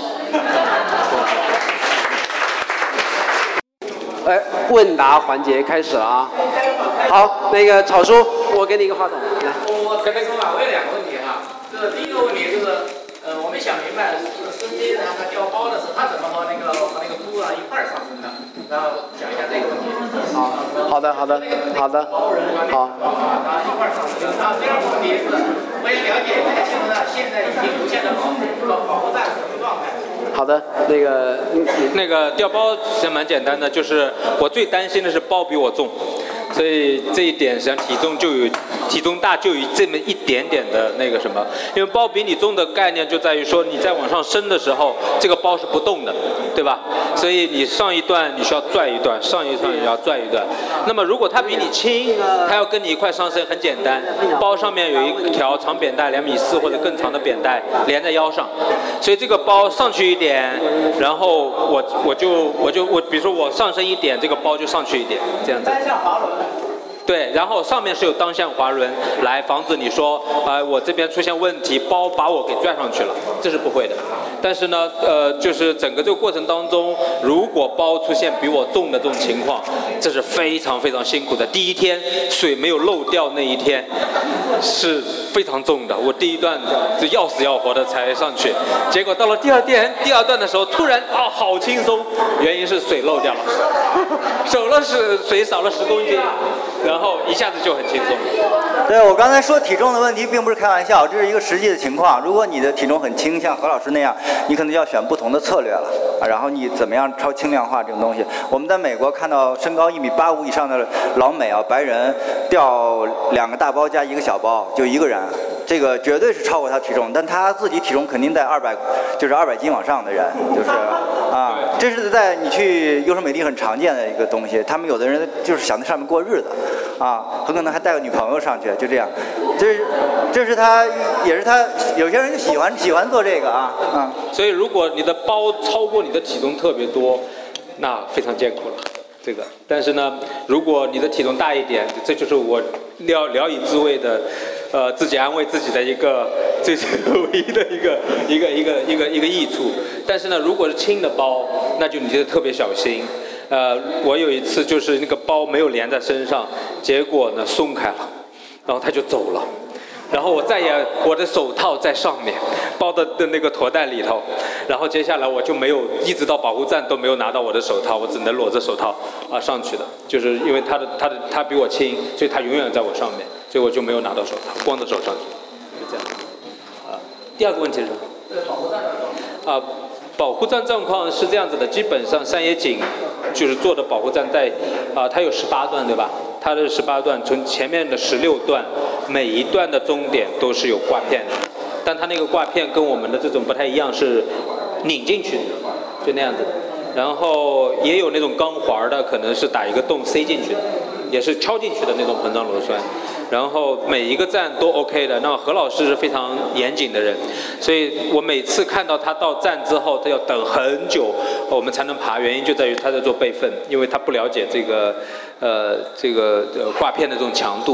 哎，问答环节开始了啊！好，那个草叔，我给你一个话筒，来。 我特别说吧，我有两个问题哈。这第一个问题就是，呃，我们想明白，司机然后他调包的时候，他怎么和那个和那个猪啊一块儿上升的？然后讲一下这个问题。 好，好的，好的，好的，好。 啊，一块儿上升。然后第二个问题是，我也了解这个新闻上现在已经出现了保护保护站什么状态？ 好的，那个那个调包其实蛮简单的，就是我最担心的是包比我重，所以这一点实际上体重就有体重大就有这么一点点的那个什么，因为包比你重的概念就在于说你在往上升的时候，这个包是不动的，对吧？所以你上一段你需要拽一段，上一段也要拽一段。那么如果它比你轻，它要跟你一块上升很简单，包上面有一条长扁带，两米四或者更长的扁带连在腰上，所以这个包上去一点，然后我我就我就我比如说我上升一点，这个包就上去一点，这样子。 单向滑轮。 对，然后上面是有单向滑轮来防止你说，啊、呃，我这边出现问题，包把我给拽上去了，这是不会的。但是呢，呃，就是整个这个过程当中，如果包出现比我重的这种情况，这是非常非常辛苦的。第一天水没有漏掉那一天是非常重的，我第一段就要死要活的才上去，结果到了第二天第二段的时候，突然啊好轻松，原因是水漏掉了，少了是水少了十公斤。然后一下子就很轻松。 对，我刚才说体重的问题并不是开玩笑，这是一个实际的情况。如果你的体重很轻，像何老师那样，你可能就要选不同的策略了啊。然后你怎么样超轻量化这种东西？我们在美国看到身高一米八五以上的老美啊，白人吊两个大包加一个小包，就一个人，这个绝对是超过他体重，但他自己体重肯定在二百，就是二百斤往上的人，就是啊，这是在你去优胜美地很常见的一个东西。他们有的人就是想在上面过日子。啊，很可能还带个女朋友上去，就这样，这是，这是他，也是他，有些人就喜欢喜欢做这个啊，嗯。 所以如果你的包超过你的体重特别多，那非常艰苦了，这个。但是呢，如果你的体重大一点，这就是我聊聊以自慰的，呃，自己安慰自己的一个最唯一的一个一个一个一个一个益处。但是呢，如果是轻的包，那就你就特别小心。呃，我有一次就是那个包没有连在身上，结果呢松开了，然后它就走了，然后我再也我的手套在上面，包的的那个驮袋里头，然后接下来我就没有一直到保护站都没有拿到我的手套，我只能裸着手套啊上去的，就是因为它的它的它比我轻，所以它永远在我上面，所以我就没有拿到手套，光着手上去，就这样。啊，第二个问题是什么？保护站啊。保护站状况是这样子的，基本上山野井就是做的保护站在啊、呃，它有十八段对吧？它的十八段从前面的十六段，每一段的终点都是有挂片的，但它那个挂片跟我们的这种不太一样，是拧进去的，就那样子。然后也有那种钢环的，可能是打一个洞塞进去的，也是敲进去的那种膨胀螺栓。然后每一个站都 OK 的。那何老师是非常严谨的人，所以我每次看到他到站之后，他要等很久，我们才能爬。原因就在于他在做备份，因为他不了解这个呃这个呃挂片的这种强度。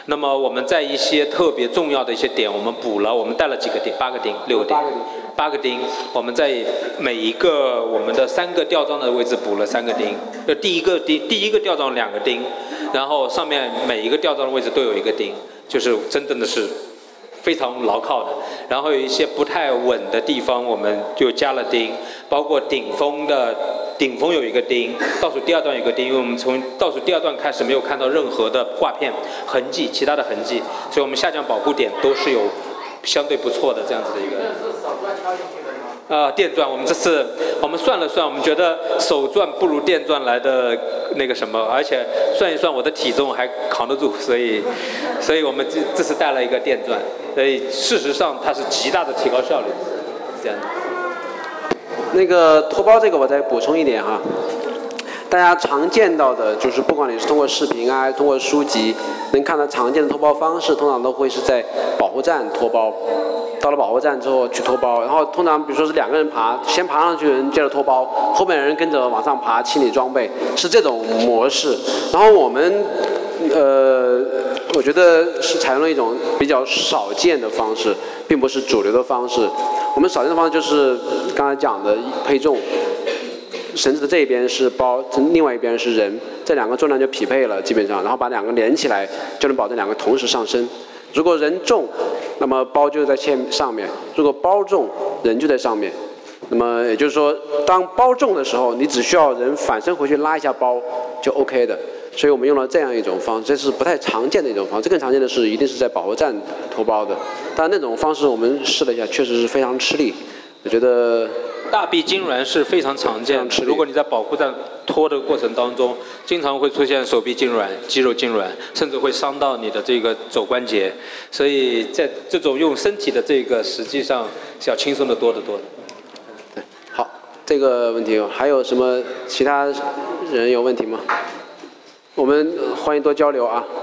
那么我们在一些特别重要的一些点，我们补了，我们带了几个钉，八个钉，六个钉，八个钉。我们在每一个我们的三个吊装的位置补了三个钉，就第一个钉，第一个吊装两个钉，然后上面每一个吊装的位置都有一个钉，就是真正的是非常牢靠的。然后有一些不太稳的地方，我们就加了钉，包括顶峰的。顶峰有一个钉，倒数第二段有一个钉，因为我们从倒数第二段开始没有看到任何的挂片痕迹，其他的痕迹，所以我们下降保护点都是有相对不错的这样子的一个。 这是手钻敲进去的吗？ 呃，电钻，我们这次我们算了算，我们觉得手钻不如电钻来的那个什么，而且算一算我的体重还扛得住，所以，所以我们这这次带了一个电钻，所以事实上它是极大的提高效率，是这样的。 那个脱包这个我再补充一点哈，大家常见到的就是不管你是通过视频啊，通过书籍能看到常见的脱包方式，通常都会是在保护站脱包，到了保护站之后去脱包，然后通常比如说是两个人爬，先爬上去的人接着脱包，后面的人跟着往上爬清理装备，是这种模式。然后我们呃，我觉得是采用了一种比较少见的方式，并不是主流的方式。我们少见的方式就是刚才讲的配重，绳子的这一边是包，另外一边是人，这两个重量就匹配了，基本上，然后把两个连起来，就能保证两个同时上升。如果人重，那么包就在前上面；如果包重，人就在上面。那么也就是说，当包重的时候，你只需要人反身回去拉一下包就 OK 的。所以我们用了这样一种方式，这是不太常见的一种方式。更常见的是，一定是在保护站脱包的。但那种方式我们试了一下，确实是非常吃力。我觉得大臂痉挛是非常常见的。如果你在保护站脱的过程当中，经常会出现手臂痉挛、肌肉痉挛，甚至会伤到你的这个肘关节。所以在这种用身体的这个，实际上是要轻松的多得多的。 对，好，这个问题还有什么其他人有问题吗？我们欢迎多交流啊。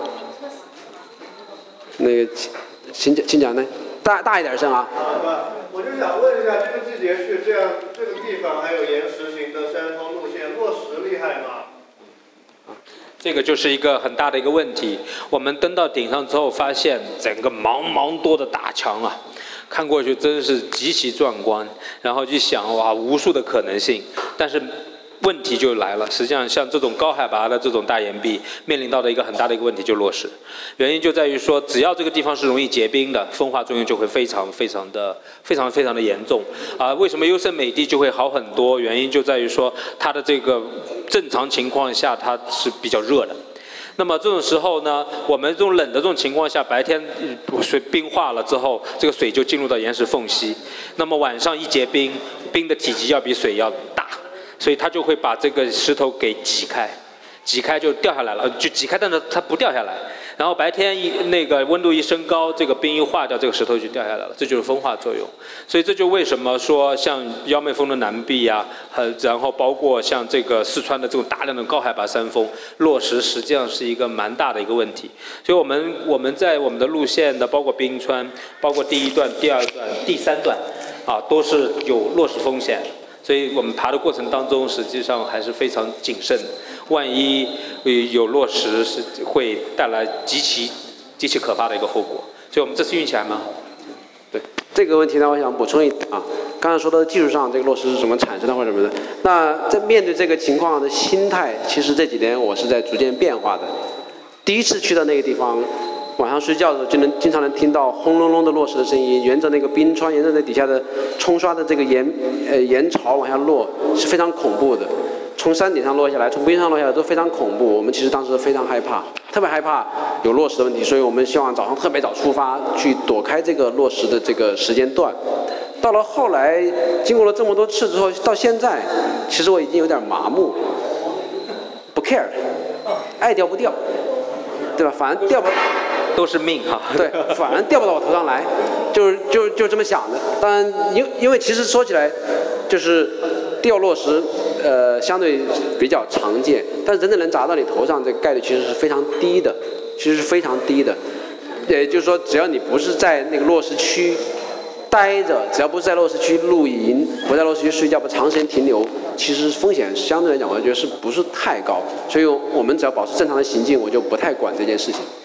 那个，请请讲呢，大大一点声啊。 我就想问一下，这个季节去这样这个地方，还有岩石型的山峰路线，落石厉害吗？ 这个就是一个很大的一个问题。我们登到顶上之后，发现整个茫茫多的大墙啊，看过去真是极其壮观。然后就想，哇，无数的可能性，但是问题就来了。实际上，像这种高海拔的这种大岩壁，面临到的一个很大的一个问题就落石。原因就在于说，只要这个地方是容易结冰的，风化作用就会非常非常的非常非常的严重。啊，为什么优胜美地就会好很多？原因就在于说，它的这个正常情况下它是比较热的。那么这种时候呢，我们这种冷的这种情况下，白天水冰化了之后，这个水就进入到岩石缝隙。那么晚上一结冰，冰的体积要比水要大。所以它就会把这个石头给挤开，挤开就掉下来了，就挤开，但是它不掉下来。然后白天一那个温度一升高，这个冰一化掉，这个石头就掉下来了，这就是风化作用。所以这就为什么说像妖妹峰的南壁啊，呃，然后包括像这个四川的这种大量的高海拔山峰，落石实际上是一个蛮大的一个问题。所以我们我们在我们的路线的，包括冰川，包括第一段、第二段、第三段，啊，都是有落石风险。所以我们爬的过程当中，实际上还是非常谨慎的。万一有落石，是会带来极其极其可怕的一个后果。所以我们这次运气还蛮好。 对这个问题呢，我想补充一点啊。刚才说的技术上，这个落石是怎么产生的或者什么的。那在面对这个情况的心态，其实这几年我是在逐渐变化的。第一次去到那个地方，晚上睡觉的时候就能经常能听到轰隆隆的落石的声音，沿着那个冰川，沿着那底下的冲刷的这个岩呃岩槽往下落，是非常恐怖的。从山顶上落下来，从冰上落下来都非常恐怖。我们其实当时非常害怕，特别害怕有落石的问题，所以我们希望早上特别早出发，去躲开这个落石的这个时间段。到了后来，经过了这么多次之后，到现在，其实我已经有点麻木，不 care， 爱掉不掉，对吧？反正掉不。 都是命哈。 对，反正掉不到我头上来，就是就就这么想的。当然，因因为其实说起来，就是掉落石，呃，相对比较常见，但是真正能砸到你头上，这个概率其实是非常低的，其实是非常低的。也就是说，只要你不是在那个落石区待着，只要不是在落石区露营，不在落石区睡觉，不长时间停留，其实风险相对来讲，我觉得是不是太高。所以我们只要保持正常的行进，我就不太管这件事情。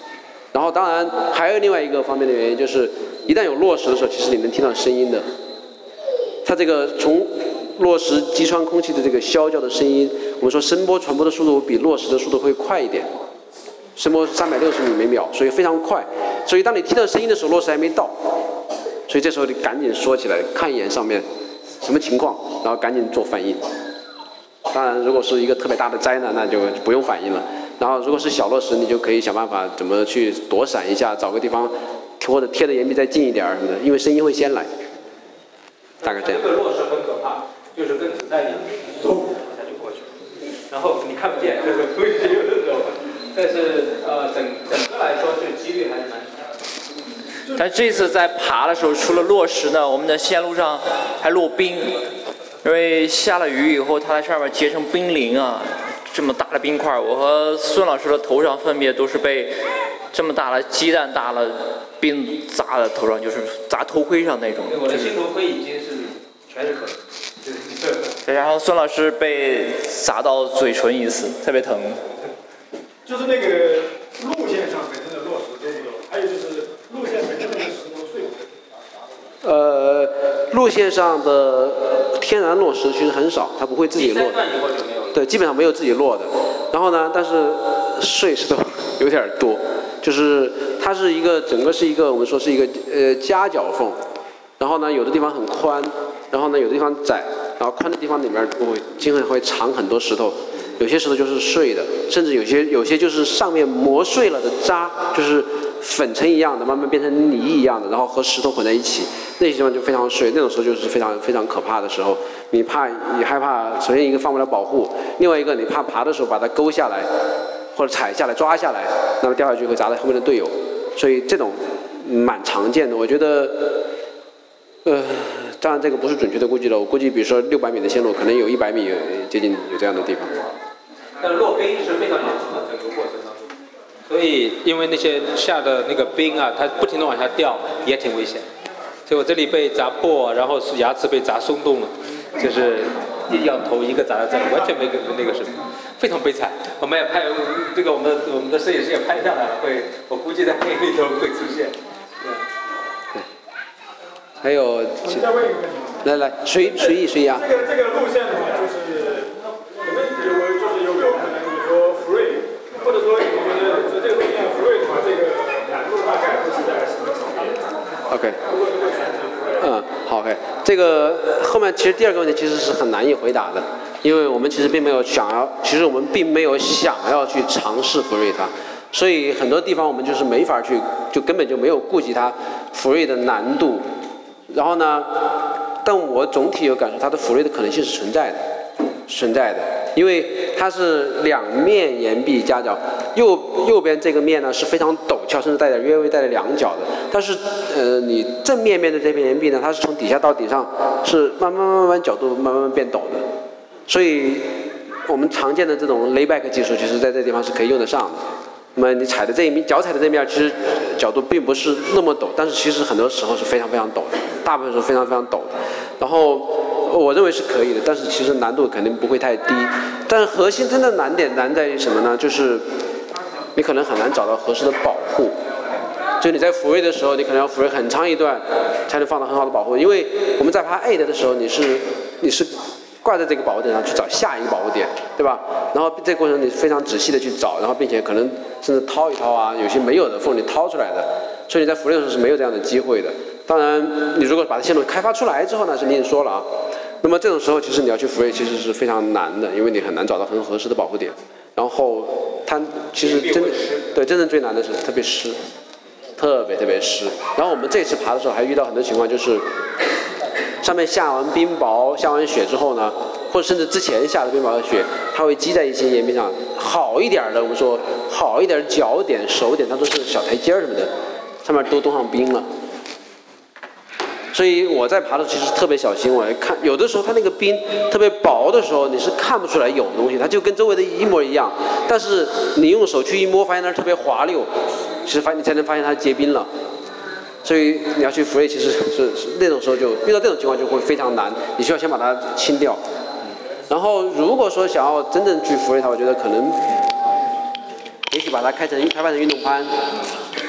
然后当然还有另外一个方面的原因，就是一旦有落石的时候，其实你能听到声音的。它这个从落石击穿空气的这个啸叫的声音，我们说声波传播的速度比落石的速度会快一点，声波三百六十米每秒，所以非常快。所以当你听到声音的时候，落石还没到，所以这时候你赶紧缩起来看一眼上面什么情况，然后赶紧做反应。当然，如果是一个特别大的灾难，那就不用反应了。然后如果是小落石，你就可以想办法怎么去躲闪一下，找个地方或者贴的岩壁再近一点什么的，因为声音会先来。大概这样。 这个落石很可怕，就是跟子弹一样，嗖一下就过去了，然后你看不见这个东西有的时候，但是呃整整个来说，这几率还是蛮大。 但这次在爬的时候，除了落石呢，我们的线路上还落冰，因为下了雨以后，它在上面结成冰凌啊，这么大的冰块，我和孙老师的头上分别都是被这么大的鸡蛋大了冰砸在头上，就是砸头盔上那种。 我的新头盔已经是全是壳。 对，然后孙老师被砸到嘴唇一次，特别疼。 就是那个路线上本身的落石多不多？还有就是路线本身的石头碎不碎？ 呃，路线上的天然落石其实很少，它不会自己落的。对，基本上没有自己落的。然后呢，但是碎石头有点多，就是它是一个整个是一个我们说是一个呃夹角缝，然后呢有的地方很宽，然后呢有的地方窄，然后宽的地方里面会经常会藏很多石头，有些石头就是碎的，甚至有些有些就是上面磨碎了的渣，就是粉尘一样的，慢慢变成泥一样的，然后和石头混在一起，那些地方就非常碎，那种时候就是非常非常可怕的时候。你怕你害怕，首先一个放不了保护，另外一个你怕爬的时候把它勾下来，或者踩下来抓下来，那么掉下去会砸在后面的队友，所以这种蛮常见的。我觉得，呃，当然这个不是准确的估计了，我估计比如说六百米的线路，可能有一百米接近有这样的地方。 但是落冰是非常严重的整个过程当中，所以因为那些下的那个冰啊，它不停地往下掉，也挺危险。所以我这里被砸破，然后是牙齿被砸松动了，就是要头一个砸在这里，完全没跟那个什么，非常悲惨。我们也拍这个，我们的我们的摄影师也拍下来了，会我估计在黑里头会出现。对。 对。还有。 我再问一个问题。 来来，随随意随意啊。 这个这个路线的话，就是你们有就是有没有可能，比如说福瑞，或者说你们觉得说这个路线福瑞的话，这个难度大概会是在什么程度 ？OK。嗯，好 ，OK。这个后面其实第二个问题其实是很难以回答的，因为我们其实并没有想要，其实我们并没有想要去尝试福瑞它，所以很多地方我们就是没法去，就根本就没有顾及它福瑞的难度。然后呢，但我总体有感受，它的福瑞的可能性是存在的，存在的，因为它是两面岩壁夹角，右右边这个面呢是非常陡峭，甚至带点略微带点两角的。但是呃，你正面面的这片岩壁呢，它是从底下到顶上是慢慢慢慢角度慢慢变陡的，所以我们常见的这种 layback 技术，其实在这地方是可以用得上的。那么你踩的这一面，脚踩的这面，其实角度并不是那么陡，但是其实很多时候是非常非常陡的，大部分时候非常非常陡的。然后我认为是可以的，但是其实难度肯定不会太低。但是核心真的难点难在于什么呢？就是你可能很难找到合适的保护。就你在福瑞的时候，你可能要福瑞很长一段才能放到很好的保护，因为我们在爬 A 的的时候，你是你是挂在这个保护点上去找下一个保护点，对吧？然后这个过程你非常仔细的去找，然后并且可能甚至掏一掏啊，有些没有的缝你掏出来的，所以你在福瑞的时候是没有这样的机会的。当然，你如果把它线路开发出来之后呢，是另说了啊。那么这种时候，其实你要去福瑞其实是非常难的，因为你很难找到很合适的保护点。然后它其实真的对真正最难的是特别湿，特别特别湿。然后我们这次爬的时候还遇到很多情况，就是上面下完冰雹、下完雪之后呢，或者甚至之前下的冰雹和雪，它会积在一些岩壁上。好一点的，我们说好一点脚点、手点，它都是小台阶什么的，上面都冻上冰了。所以我在爬的时候其实特别小心，我看有的时候它那个冰特别薄的时候，你是看不出来有东西，它就跟周围的一模一样。但是你用手去一摸，发现它特别滑溜，其实发你才能发现它结冰了。所以你要去福瑞，其实是是那种时候就遇到这种情况就会非常难，你需要先把它清掉。然后如果说想要真正去福瑞它，我觉得可能也许把它开成开发成运动攀，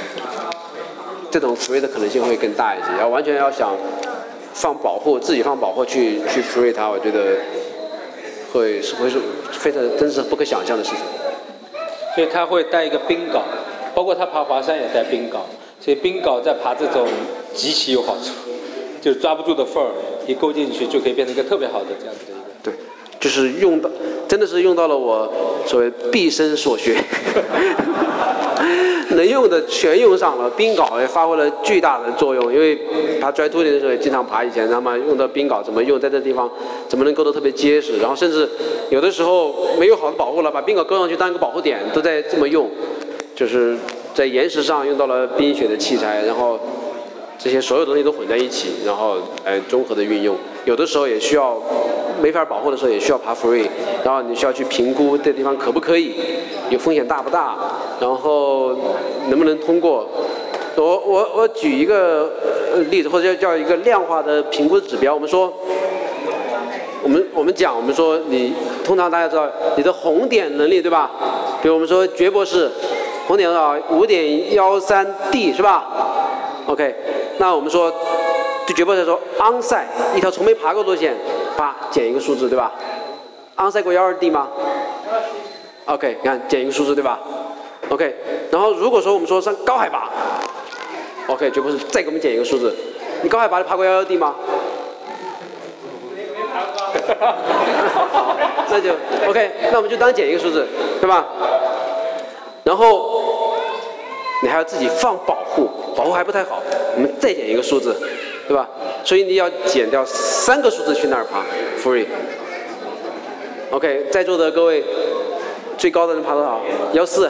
这种 free 的可能性会更大一些。要完全要想放保护，自己放保护去去 free 它，我觉得会是会是非常真是不可想象的事情。 所以他会带一个冰镐，包括他爬华山也带冰镐，所以冰镐在爬这种极其有好处，就是抓不住的缝儿一勾进去就可以变成一个特别好的这样子的一个。 对，就是用到，真的是用到了我所谓毕生所学，能用的全用上了，冰镐也发挥了巨大的作用。因为爬dry tooling的时候也经常爬以前，那么用到冰镐怎么用，在这地方怎么能勾得特别结实，然后甚至有的时候没有好的保护了，把冰镐勾上去当一个保护点，都在这么用，就是在岩石上用到了冰雪的器材，然后这些所有东西都混在一起，然后呃综合的运用。有的时候也需要没法保护的时候也需要爬 free， 然后你需要去评估这地方可不可以，有风险大不大，然后能不能通过。我我我举一个例子，或者叫一个量化的评估指标。我们说，我们我们讲，我们说你通常大家知道你的红点能力对吧？比如我们说爵博士红点多少？五点幺三 D 是吧 ？OK， 那我们说对爵博士来说 ，onside 一条从没爬过路线，啪减一个数字对吧 ？onside 过幺二 D 吗 ？OK， 你看减一个数字对吧 ？OK， 然后如果说我们说上高海拔 ，OK， 爵博士再给我们减一个数字，你高海拔爬过幺幺 D 吗？好，那就 OK， 那我们就当减一个数字，对吧？然后你还要自己放保护，保护还不太好，我们再减一个数字，对吧？所以你要减掉三个数字去那儿爬 free。OK， 在座的各位，最高的人爬多少？幺四，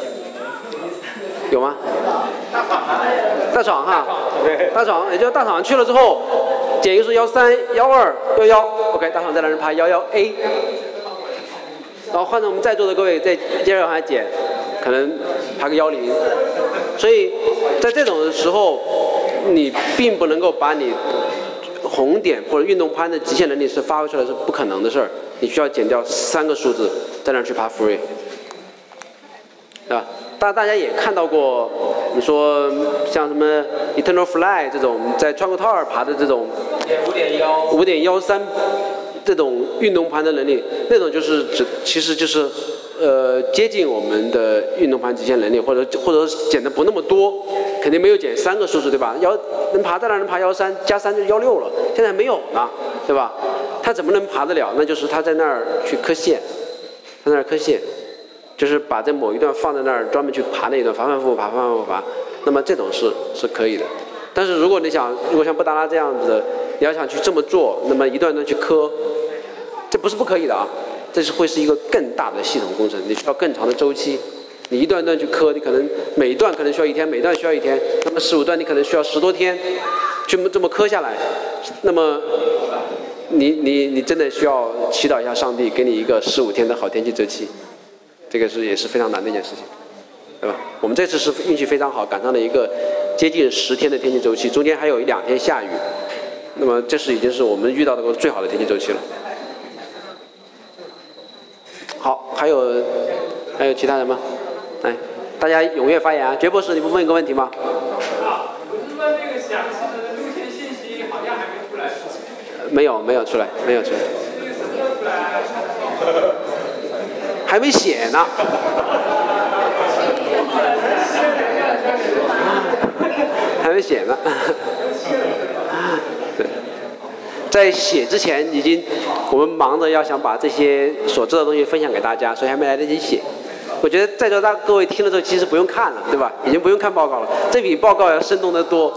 有吗？大厂哈，大厂，也就是大厂去了之后，减一个数幺三、幺二、幺幺 ，OK， 大厂再来人爬幺幺 A， 然后换成我们在座的各位再接着往下减，可能爬个幺零，所以在这种时候，你并不能够把你红点或者运动攀的极限能力是发挥出来是不可能的事儿，你需要减掉三个数字在那儿去爬 free， 对吧？大大家也看到过，你说像什么 Eternal Fly 这种在川口套尔爬的这种五点幺五点幺三这种运动攀的能力，那种就是指其实就是呃接近我们的运动攀极限能力，或者或者减的不那么多，肯定没有减三个数字对吧？幺能爬在那儿能爬幺三加三就幺六了，现在没有呢，对吧？他怎么能爬得了？那就是他在那儿去刻线，在那儿刻线。就是把这某一段放在那儿，专门去爬那一段，反反复复爬，反反复复爬，那么这种是是可以的。但是如果你想，如果像布达拉这样子的，你要想去这么做，那么一段段去磕，这不是不可以的啊，这是会是一个更大的系统工程，你需要更长的周期。你一段段去磕，你可能每一段可能需要一天，每一段需要一天，那么十五段你可能需要十多天，去这么磕下来，那么你你你真的需要祈祷一下上帝，给你一个十五天的好天气周期。这个是也是非常难的一件事情，对吧？我们这次是运气非常好，赶上了一个接近十天的天气周期，中间还有一两天下雨，那么这是已经是我们遇到的过最好的天气周期了。好，还有还有其他人吗？来，大家踊跃发言啊！爵博士，你不问一个问题吗？ 啊，我是问那个详细的路线信息好像还没出来。 没有，没有出来，没有出来。 那个什么时候出来？ 还没写呢。还没写呢。对，在写之前已经，我们忙着要想把这些所知道的东西分享给大家，所以还没来得及写。我觉得在座大各位听了之后，其实不用看了，对吧？已经不用看报告了，这比报告要生动得多。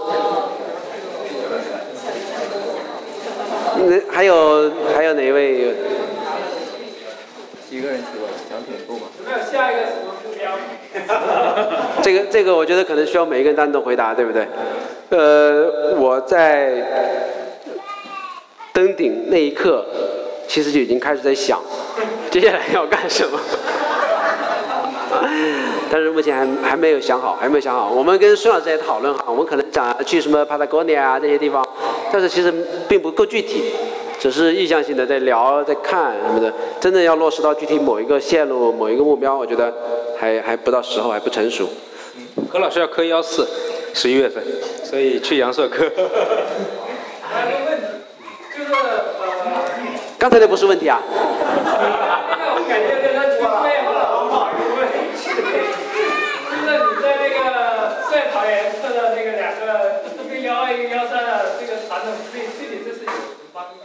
嗯，还有还有哪一位？ 一个人提问，奖品够吗？ 有没有下一个什么目标？ 这个这个，我觉得可能需要每一个人单独回答，对不对？呃，我在登顶那一刻，其实就已经开始在想，接下来要干什么。但是目前还还没有想好，还没有想好。我们跟孙老师也讨论哈，我们可能想去什么 Patagonia 啊这些地方，但是其实并不够具体。只是意向性的在聊、在看什么的，真正要落实到具体某一个线路、某一个目标，我觉得还还不到时候，还不成熟。 何老师要磕幺四。 十一月份，所以去阳朔课。 还有个问题，就是呃， 刚才那不是问题啊。 那个我感觉跟他去对话了，我好有问题。就是你在那个赛跑员测的那个两个一个幺二一个幺三的这个传统，对对你这是有什么帮助吗？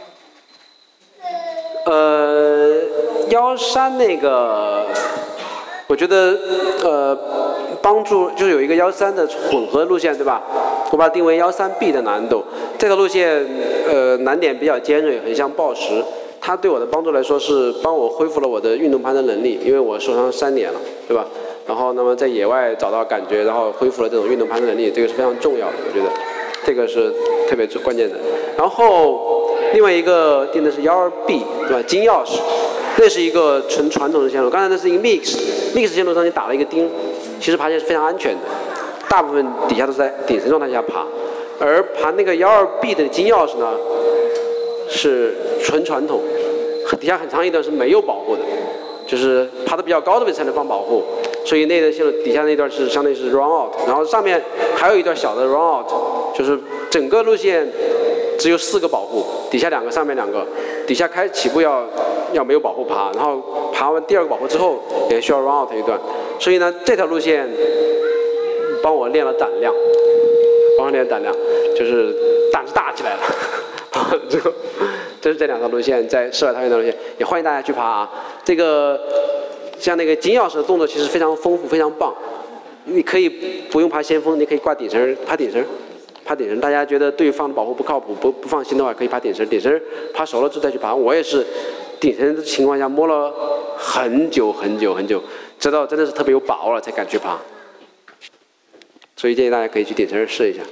呃，幺三那个，我觉得呃帮助就是有一个幺三的混合路线，对吧？我把它定为幺三 B 的难度。这条路线呃难点比较尖锐，很像暴食。它对我的帮助来说是帮我恢复了我的运动攀登能力，因为我受伤三年了，对吧？然后那么在野外找到感觉，然后恢复了这种运动攀登能力，这个是非常重要的，我觉得这个是特别关键的。然后另外一个定的是幺二 B， 对吧？金钥匙，那是一个纯传统的线路。刚才那是一个 mix，mix 线路上你打了一个钉，其实爬起来是非常安全的，大部分底下都是在顶层状态下爬，而爬那个幺二 B 的金钥匙呢，是纯传统，底下很长一段是没有保护的，就是爬得比较高的位置才能放保护，所以那个线路底下那段是相当于是 run out， 然后上面还有一段小的 run out， 就是整个路线只有四个保护，底下两个，上面两个，底下开起步要要没有保护爬，然后爬完第二个保护之后也需要 run out 一段，所以呢这条路线帮我练了胆量，帮我练了胆量，就是胆子大起来了。这个这是这两条路线在室外桃源的路线，也欢迎大家去爬啊。这个像那个金钥匙的动作其实非常丰富，非常棒。你可以不用爬先锋，你可以挂顶绳，爬顶绳，爬顶绳。大家觉得对方的保护不靠谱、不不放心的话，可以爬顶绳。顶绳爬熟了之后再去爬。我也是顶绳的情况下摸了很久很久很久，直到真的是特别有把握了才敢去爬。所以建议大家可以去顶绳试一下。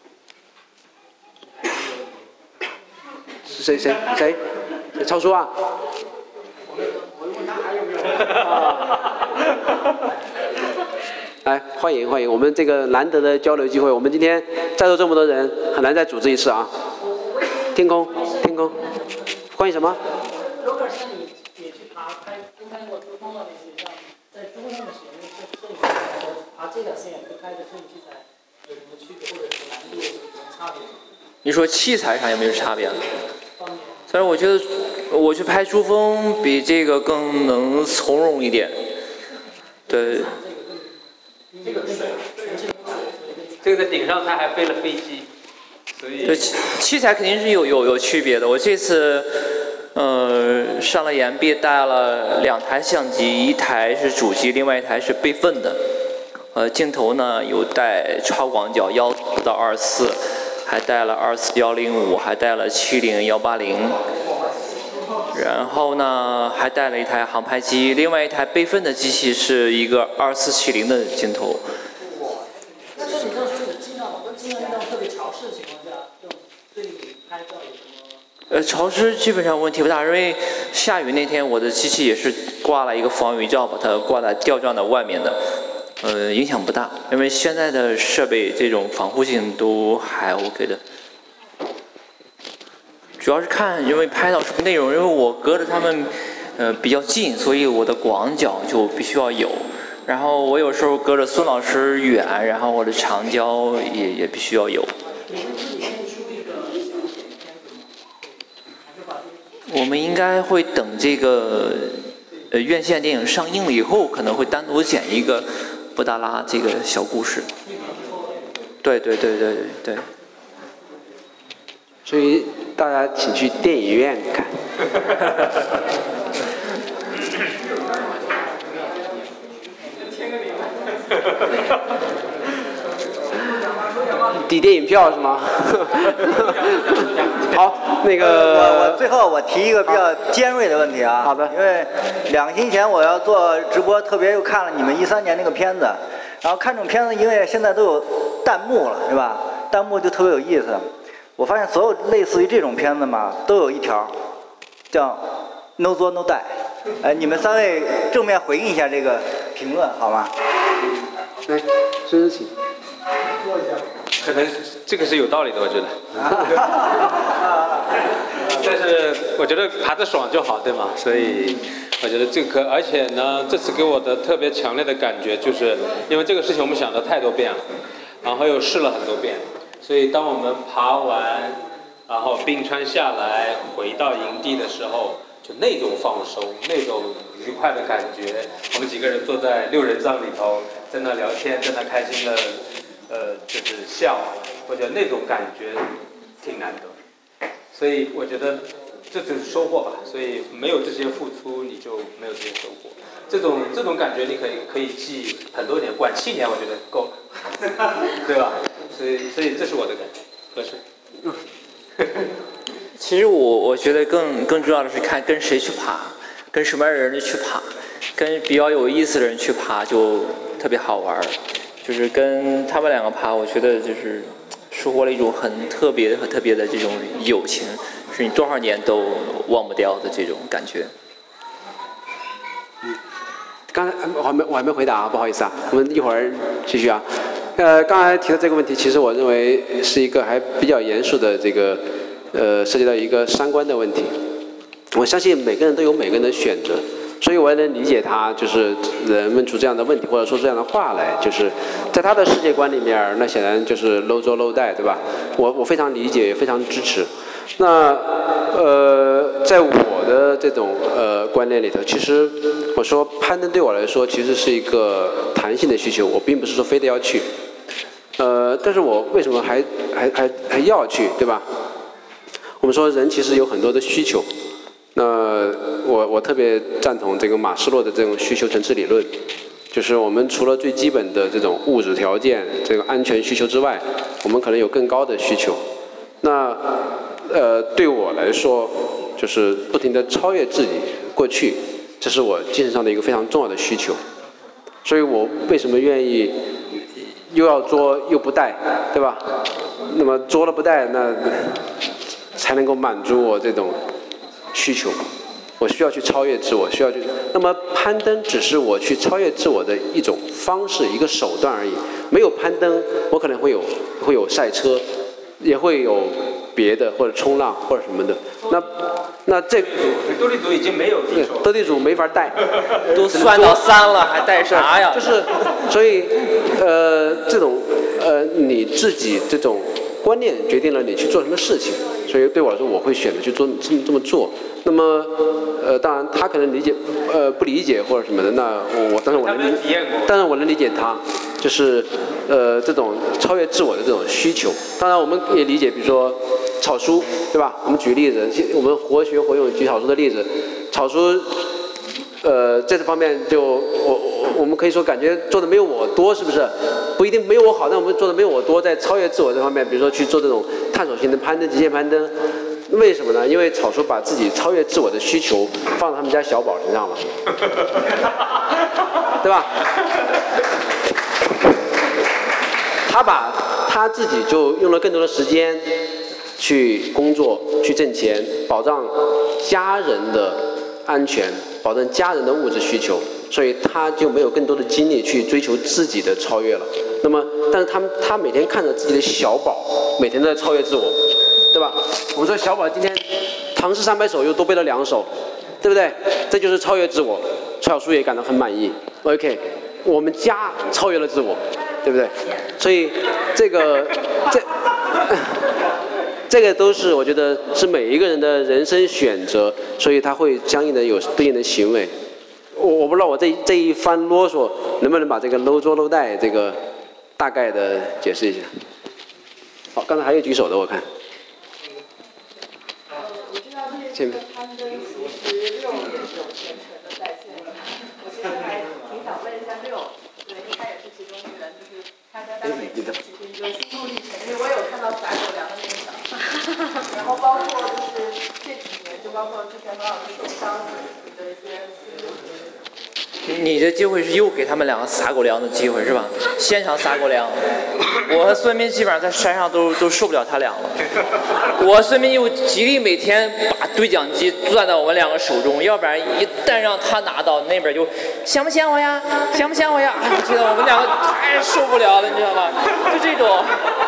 谁谁谁？超叔啊！来，欢迎欢迎，我们这个难得的交流机会，我们今天在座这么多人，很难再组织一次啊。天空，天空，关于什么？ 如果像你也去爬拍跟拍过珠峰的那些，像在珠峰上面使用的摄影器材和爬这条线跟拍的摄影器材有什么区别，或者是难度有什么差别？ 你说器材上有没有差别？但是我觉得我去拍珠峰比这个更能从容一点。对。 这个在顶上它还飞了飞机，所以。 对，器器材肯定是有有有区别的。我这次呃上了岩壁，带了两台相机，一台是主机，另外一台是备份的。呃，镜头呢有带超广角幺到二四。还带了二四幺零五，还带了七零幺八零，然后呢，还带了一台航拍机，另外一台备份的机器是一个二四七零的镜头。 那就你刚说你尽量往尽量这样特别潮湿的情况下，就对你拍照有什么？ 呃，潮湿基本上问题不大，因为下雨那天我的机器也是挂了一个防雨罩，把它挂在吊装的外面的。呃，影响不大，因为现在的设备这种防护性都还 OK 的。主要是看因为拍到什么内容，因为我隔着他们呃比较近，所以我的广角就必须要有。然后我有时候隔着孙老师远，然后我的长焦也也必须要有。我们应该会等这个呃院线电影上映了以后，可能会单独剪一个。布达拉这个小故事，对对对对对对。 所以大家请去电影院看。抵电影票是吗？好，那个我我最后我提一个比较尖锐的问题啊。 好的。 因为两个星期前我要做直播，特别又看了你们一三年那个片子，然后看这种片子，因为现在都有弹幕了，是吧？弹幕就特别有意思。我发现所有类似于这种片子嘛，都有一条叫 “no 作 no die”。哎，你们三位正面回应一下这个评论好吗？ 来，孙思琪。 可能这个是有道理的，我觉得。但是我觉得爬得爽就好，对吗？所以我觉得这个，而且呢，这次给我的特别强烈的感觉就是，因为这个事情我们想了太多遍了。 然后又试了很多遍。所以当我们爬完，然后冰川下来，回到营地的时候，就那种放松，那种愉快的感觉。我们几个人坐在六人帐里头，在那聊天，在那开心的，呃，就是笑。我觉得那种感觉挺难得。所以我觉得这就是收获吧。所以没有这些付出，你就没有这些收获。这种这种感觉你可以可以记很多年，管七年我觉得够了，对吧？所以所以这是我的感觉，合适。 其实我我觉得更更重要的是看跟谁去爬，跟什么样的人去爬，跟比较有意思的人去爬就特别好玩。就是跟他们两个爬，我觉得就是收获了一种很特别很特别的这种友情，是你多少年都忘不掉的这种感觉。 嗯，刚才我还没我还没回答啊，不好意思啊，我们一会儿继续啊。呃，刚才提的这个问题，其实我认为是一个还比较严肃的这个，呃，涉及到一个三观的问题。我相信每个人都有每个人的选择，所以我也能理解他，就是人问出这样的问题或者说这样的话来，就是在他的世界观里面，那显然就是 low 做 low 带，对吧？我我非常理解，也非常支持。那呃，在我的这种呃观念里头，其实我说攀登对我来说其实是一个弹性的需求，我并不是说非得要去。呃，但是我为什么还还还还要去，对吧？我们说人其实有很多的需求，那我我特别赞同这个马斯洛的这种需求层次理论，就是我们除了最基本的这种物质条件、这个安全需求之外，我们可能有更高的需求。那呃，对我来说，就是不停地超越自己过去，这是我精神上的一个非常重要的需求。所以我为什么愿意又要作又不带，对吧？那么作了不带，那才能够满足我这种需求。我需要去超越自我，需要去。那么攀登只是我去超越自我的一种方式，一个手段而已。没有攀登，我可能会有会有赛车，也会有别的或者冲浪或者什么的。那那这斗地主已经没有对斗地主没法带， 都算到三了还带啥呀？ 就是，所以呃这种呃你自己这种观念决定了你去做什么事情。所以对我来说，我会选择去做这么这么做。那么，呃，当然他可能理解，呃，不理解或者什么的，那我，但是我能理，但是我能理解他，就是，呃，这种超越自我的这种需求。当然，我们也理解，比如说草书，对吧？我们举例子，我们活学活用举草书的例子，草书，呃，在这方面就我我我们可以说感觉做的没有我多，是不是？不一定没有我好，但我们做的没有我多，在超越自我这方面，比如说去做这种探索型的攀登、极限攀登。为什么呢？因为草书把自己超越自我的需求放到他们家小宝身上了，对吧？他把他自己就用了更多的时间去工作、去挣钱，保障家人的安全，保证家人的物质需求，所以他就没有更多的精力去追求自己的超越了。那么，但是他们他每天看着自己的小宝，每天都在超越自我。对吧？我们说小宝今天唐诗三百首又多背了两首，对不对？这就是超越自我。曹小叔也感到很满意。OK， 我们家超越了自我，对不对？所以这个这这个都是我觉得是每一个人的人生选择，所以他会相应的有对应的行为。我我不知道我这这一番啰嗦能不能把这个 low 作 low 带这个大概的解释一下。好，刚才还有举手的我看。 这个攀登其实六也是有全程的在线的，我其实还挺想问一下六，对，因为他也是其中一员，就是他在单位其实一个心路历程，因为我有看到撒狗粮的那个小孩，然后包括就是这几年，就包括之前何老师受伤你的一些心路历程。 你的机会是又给他们两个撒狗粮的机会是吧？现场撒狗粮，我和孙膑基本上在山上都都受不了他俩了。我孙膑又极力每天把对讲机攥在我们两个手中，要不然一旦让他拿到那边就想不想我呀，想不想我呀？我觉得我们两个太受不了了，你知道吗？就这种。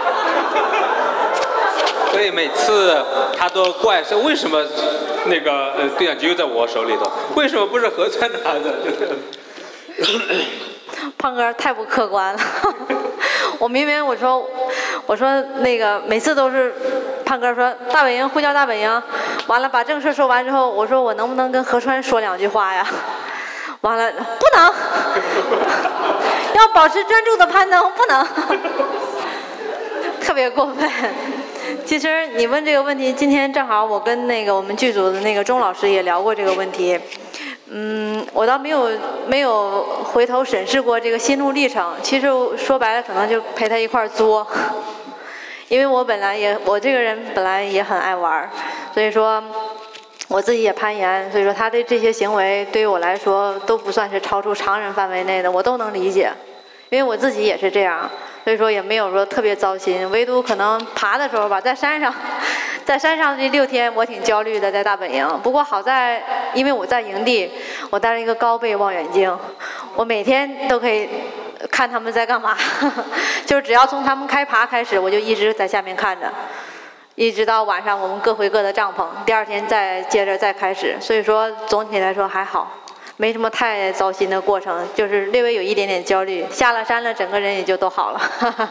所以每次他都怪说为什么那个呃对讲机又在我手里头，为什么不是何川拿的？ 胖哥太不客观了。 我明明我说我说那个每次都是胖哥说大本营呼叫大本营，完了把正事说完之后，我说我能不能跟何川说两句话呀？完了不能，要保持专注的攀登不能，特别过分。其实你问这个问题，今天正好我跟那个我们剧组的那个钟老师也聊过这个问题。嗯，我倒没有没有回头审视过这个心路历程。其实说白了，可能就陪他一块儿作，因为我本来也我这个人本来也很爱玩，所以说我自己也攀岩，所以说他的这些行为对于我来说都不算是超出常人范围内的，我都能理解，因为我自己也是这样。所以说也没有说特别糟心，唯独可能爬的时候吧，在山上，在山上这六天我挺焦虑的，在大本营。不过好在，因为我在营地，我带了一个高倍望远镜，我每天都可以看他们在干嘛，就是只要从他们开爬开始，我就一直在下面看着，一直到晚上我们各回各的帐篷，第二天再接着再开始。所以说总体来说还好。没什么太糟心的过程，就是略微有一点点焦虑。下了山了，整个人也就都好了。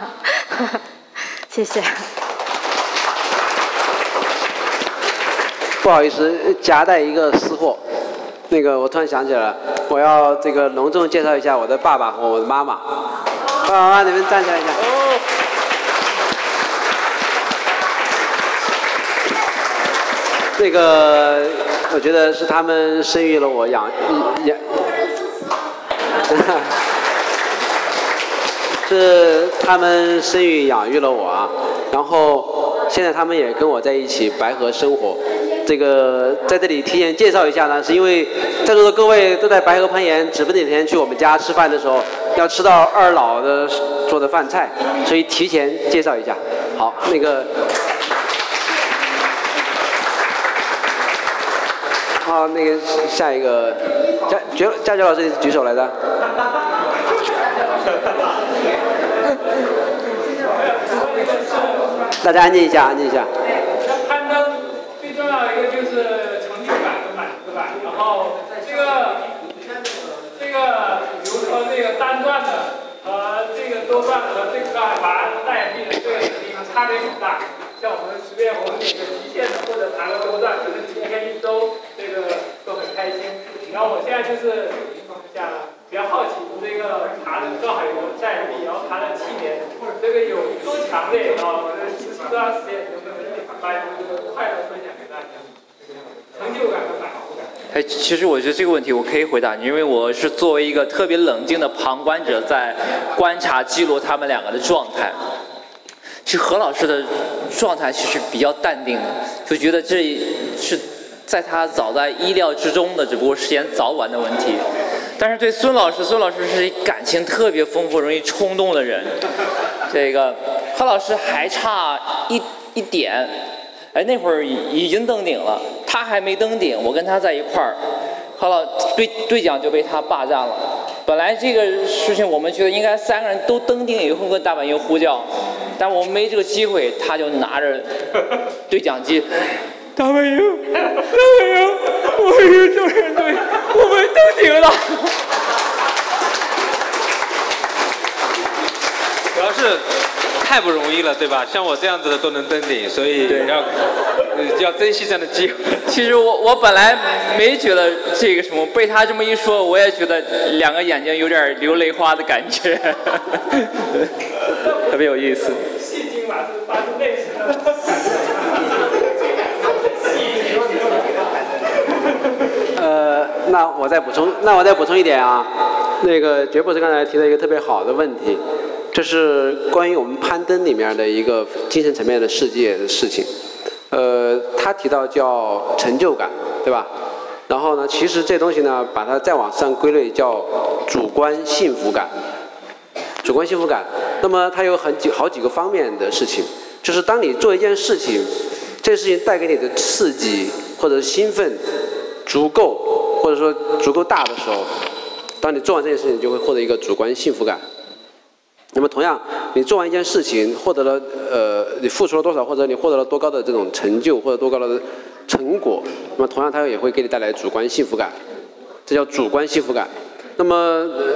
谢谢。 不好意思，夹带一个私货。那个，我突然想起来了，我要这个隆重介绍一下我的爸爸和我的妈妈。爸爸妈妈，你们站起来一下。那个。我觉得是他们生育了我，养养，是他们生育养育了我啊。然后现在他们也跟我在一起白河生活。这个在这里提前介绍一下呢，是因为在座的各位都在白河攀岩，指不定哪天去我们家吃饭的时候要吃到二老的做的饭菜，所以提前介绍一下。好，那个。好，那个下一个，佳觉佳觉老师举手来的。大家安静一下，安静一下。 攀登最重要的一个就是成就感和满足感，然后这个这个比如说这个单段的和这个多段的和最高海拔大岩壁的这个地方差别很大。像我们随便我们哪个极限的或者爬个多段，可能几天一周，这个都很开心。然后我现在就是想比较好奇，这个爬的高海拔大岩壁，然后爬了七年，这个有多强烈啊？我的实习多长时间，能不能把这个快乐分享给大家？成就感和满足感。 哎，其实我觉得这个问题我可以回答你，因为我是作为一个特别冷静的旁观者，在观察记录他们两个的状态。其实何老师的状态其实比较淡定的，就觉得这是在他早在意料之中的，只不过时间早晚的问题。但是对孙老师，孙老师是感情特别丰富、容易冲动的人。这个何老师还差一一点，哎，那会儿已经登顶了，他还没登顶，我跟他在一块儿，何老对对讲就被他霸占了。本来这个事情我们觉得应该三个人都登顶以后跟大本营呼叫，但我们没这个机会，他就拿着对讲机，大本营，大本营，我是救援队，我们登顶了。 主要是太不容易了，对吧？像我这样子的都能登顶，所以要要珍惜这样的机会。 其实我我本来没觉得这个什么，被他这么一说，我也觉得两个眼睛有点流泪花的感觉，特别有意思。 戏精嘛是发自内心的。 呃，那我再补充，那我再补充一点啊，那个杰博士刚才提了一个特别好的问题。这是关于我们攀登里面的一个精神层面的世界的事情，呃，他提到叫成就感，对吧？然后呢，其实这东西呢，把它再往上归类叫主观幸福感。主观幸福感，那么它有很几好几个方面的事情，就是当你做一件事情，这事情带给你的刺激或者兴奋足够，或者说足够大的时候，当你做完这件事情，你就会获得一个主观幸福感。那么同样，你做完一件事情，获得了呃，你付出了多少，或者你获得了多高的这种成就，或者多高的成果，那么同样它也会给你带来主观幸福感，这叫主观幸福感。那么、呃、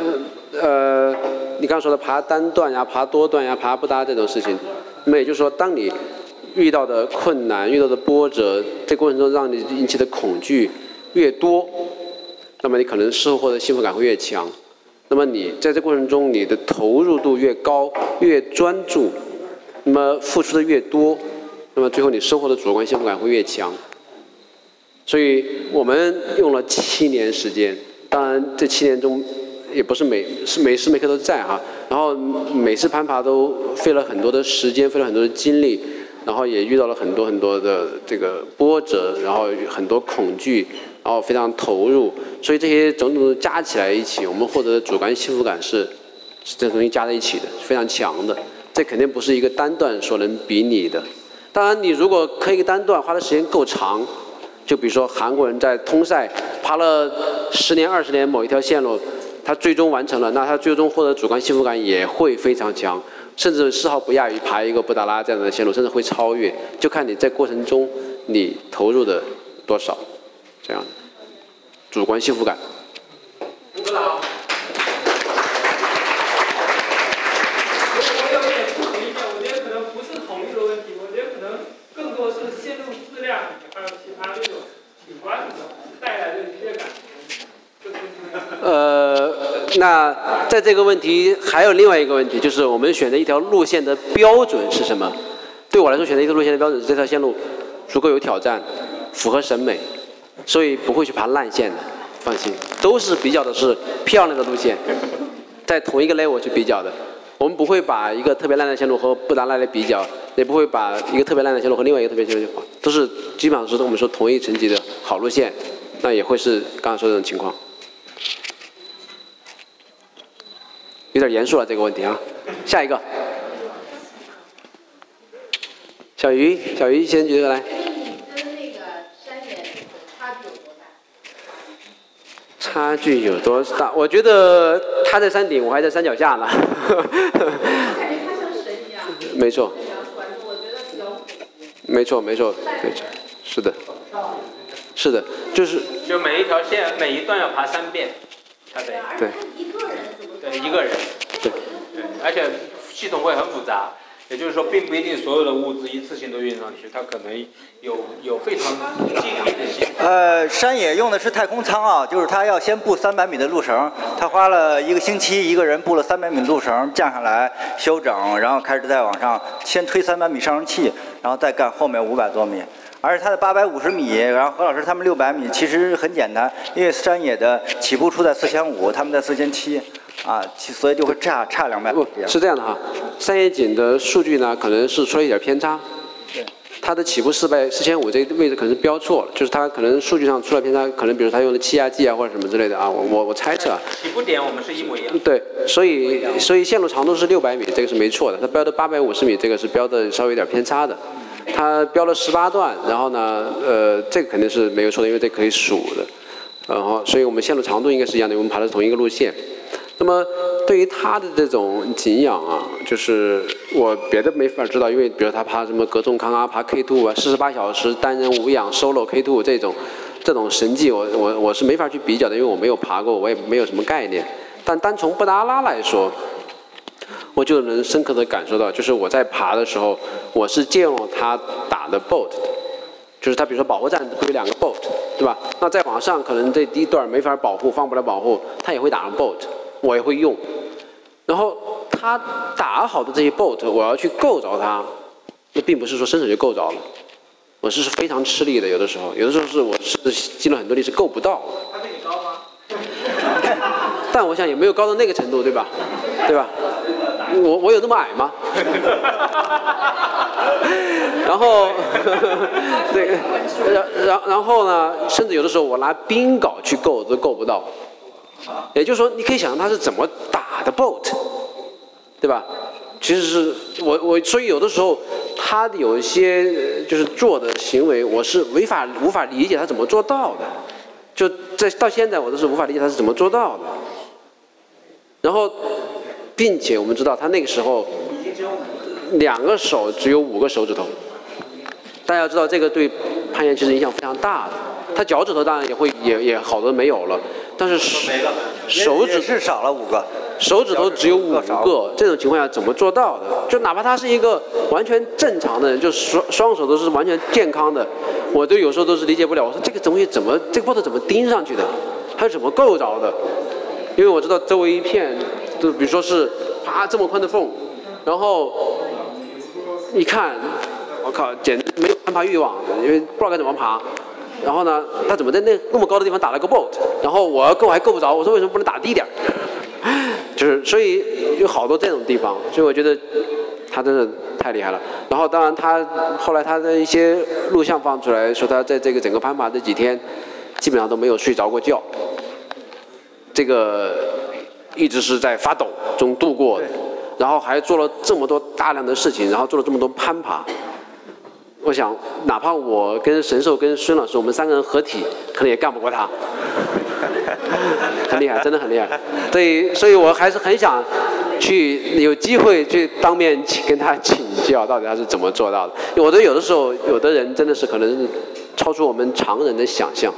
呃，你刚刚说的爬单段呀、爬多段呀、爬不搭这种事情，那么也就是说，当你遇到的困难、遇到的波折，这过程中让你引起的恐惧越多，那么你可能事后获得幸福感会越强。那么你在这过程中，你的投入度越高、越专注，那么付出的越多，那么最后你收获的主观幸福感会越强。所以我们用了七年时间，当然这七年中也不是每是每时每刻都在哈，然后每次攀爬都费了很多的时间，费了很多的精力，然后也遇到了很多很多的这个波折，然后很多恐惧，然后非常投入，所以这些种种加起来一起，我们获得的主观幸福感是是这东西加在一起的，非常强的。这肯定不是一个单段所能比拟的。当然，你如果可以单段花的时间够长，就比如说韩国人在通塞爬了十年、二十年某一条线路，他最终完成了，那他最终获得主观幸福感也会非常强，甚至丝毫不亚于爬一个布达拉这样的线路，甚至会超越，就看你在过程中你投入的多少，这样主观幸福感。 我有一点不同意见，我觉得可能不是统一的问题，我觉得可能更多是线路质量，还有其他这种景观什么带来的愉悦感。 呃，那在这个问题还有另外一个问题，就是我们选择一条路线的标准是什么？对我来说，选择一条路线的标准是这条线路足够有挑战，符合审美，所以不会去爬烂线的，放心，都是比较的是漂亮的路线，在同一个 level 去比较的。我们不会把一个特别烂的线路和布达拉来比较，也不会把一个特别烂的线路和另外一个特别线路去跑，都是基本上是我们说同一层级的好路线，那也会是刚刚说的这种情况。有点严肃了这个问题啊，下一个，小鱼，小鱼先举手来。差距有多大？我觉得他在山顶，我还在山脚下呢。没错。没错，没错，没错，是的，是的，就是。 就每一条线，每一段要爬三遍，他得。 对。 对，一个人。 对。 对，而且系统会很复杂。也就是说，并不一定所有的物资一次性都运上去，它可能有有非常精密的系统。 呃，山野用的是太空舱啊，就是他要先布三百米的路绳，他花了一个星期，一个人布了三百米路绳，降下来修整，然后开始再往上，先推三百米上升器，然后再干后面五百多米。而且他的八百五十米，然后何老师他们六百米，其实很简单，因为山野的起步处在四千五，他们在四千七。啊，所以就会差差两百。 不是这样的哈，山野井的数据呢，可能是出了一点偏差。 对。 它的起步四百四千五这个位置可能是标错了，就是它可能数据上出了偏差，可能比如它用的气压计啊或者什么之类的啊，我我我猜测。 起步点我们是一模一样。 对，所以所以线路长度是六百米，这个是没错的。它标的八百五十米，这个是标的稍微有点偏差的。它标了十八段，然后呢，呃，这个肯定是没有错的，因为这可以数的。然后，所以我们线路长度应该是一样的，我们爬的是同一个路线。那么对于他的这种景仰啊，就是我别的没法知道，因为比如他爬什么格仲康啊，爬 K 二 啊，四十八小时单人无氧 solo K 二 这种这种神迹，我我我是没法去比较的，因为我没有爬过，我也没有什么概念。但单从布达拉来说，我就能深刻的感受到，就是我在爬的时候，我是借用了他打的 boat 的。就是它，比如说保护站会有两个 boat， 对吧？那再往上，可能这第一段没法保护，放不了保护，它也会打上 boat， 我也会用。然后它打好的这些 boat， 我要去够着它，那并不是说伸手就够着了，我是非常吃力的。有的时候，有的时候是我是尽了很多力是够不到。 它比你高吗？ 但我想也没有高到那个程度，对吧？对吧？我我有那么矮吗？然后，对，然然然后呢，甚至有的时候我拿冰镐去够都够不到。也就是说，你可以想象它是怎么打的 boat， 对吧？其实是我我所以有的时候他有一些就是做的行为，我是没法无法理解他怎么做到的。就在到现在我都是无法理解他是怎么做到的。然后。并且我们知道，他那个时候两个手只有五个手指头。大家要知道，这个对攀岩其实影响非常大的。他脚趾头当然也会也也好多没有了，但是手指是少了五个。 手指头只有五个，这种情况下怎么做到的？就哪怕他是一个完全正常的人，就双双手都是完全健康的，我都有时候都是理解不了。我说这个东西怎么，这个波头怎么钉上去的？它是怎么够着的？因为我知道周围一片，就比如说是啪这么宽的缝，然后一看，我靠，简直没有攀爬欲望，因为不知道该怎么爬。然后呢，他怎么在那那么高的地方打了个 bolt？ 然后我要够还够不着，我说为什么不能打低点？就是所以有好多这种地方，所以我觉得他真的太厉害了。然后当然他后来他的一些录像放出来，说他在这个整个攀爬这几天基本上都没有睡着过觉，这个一直是在发抖中度过的，然后还做了这么多大量的事情，然后做了这么多攀爬。我想，哪怕我跟神兽跟孙老师，我们三个人合体，可能也干不过他。很厉害，真的很厉害。所以，所以我还是很想去有机会去当面请跟他请教，到底他是怎么做到的。因为我觉得有的时候，有的人真的是可能是超出我们常人的想象。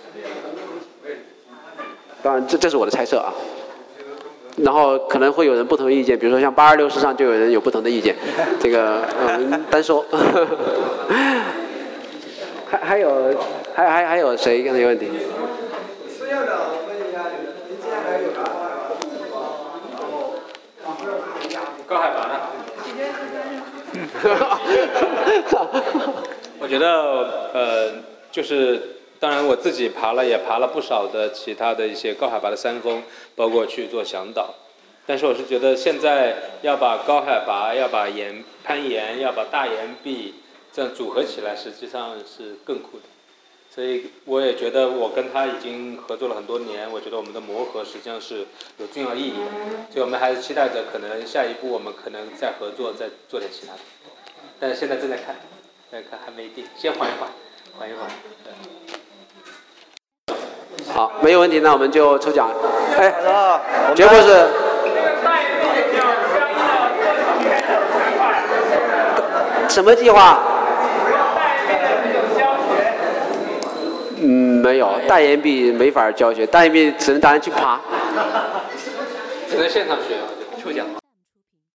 当然，这这是我的猜测啊。然后可能会有人不同意见，比如说像八二六式上就有人有不同的意见，这个嗯单说。还还有还还还有谁刚才有问题？ 孙校长问一下，您接下来有啥高海拔呢？我觉得呃就是。当然，我自己爬了，也爬了不少的其他的一些高海拔的山峰，包括去做向导。但是我是觉得现在要把高海拔、要把岩攀岩、要把大岩壁这样组合起来，实际上是更酷的。所以我也觉得我跟他已经合作了很多年，我觉得我们的磨合实际上是有重要意义的。所以我们还是期待着可能下一步我们可能再合作，再做点其他的。但是现在正在看，在看还没定，先缓一缓，缓一缓。对。 好，没有问题，那我们就抽奖。哎， 啊， 结果是什么计划？嗯，没有，大岩壁没法教学，大岩壁只能大家去爬。 只能现场学，抽奖。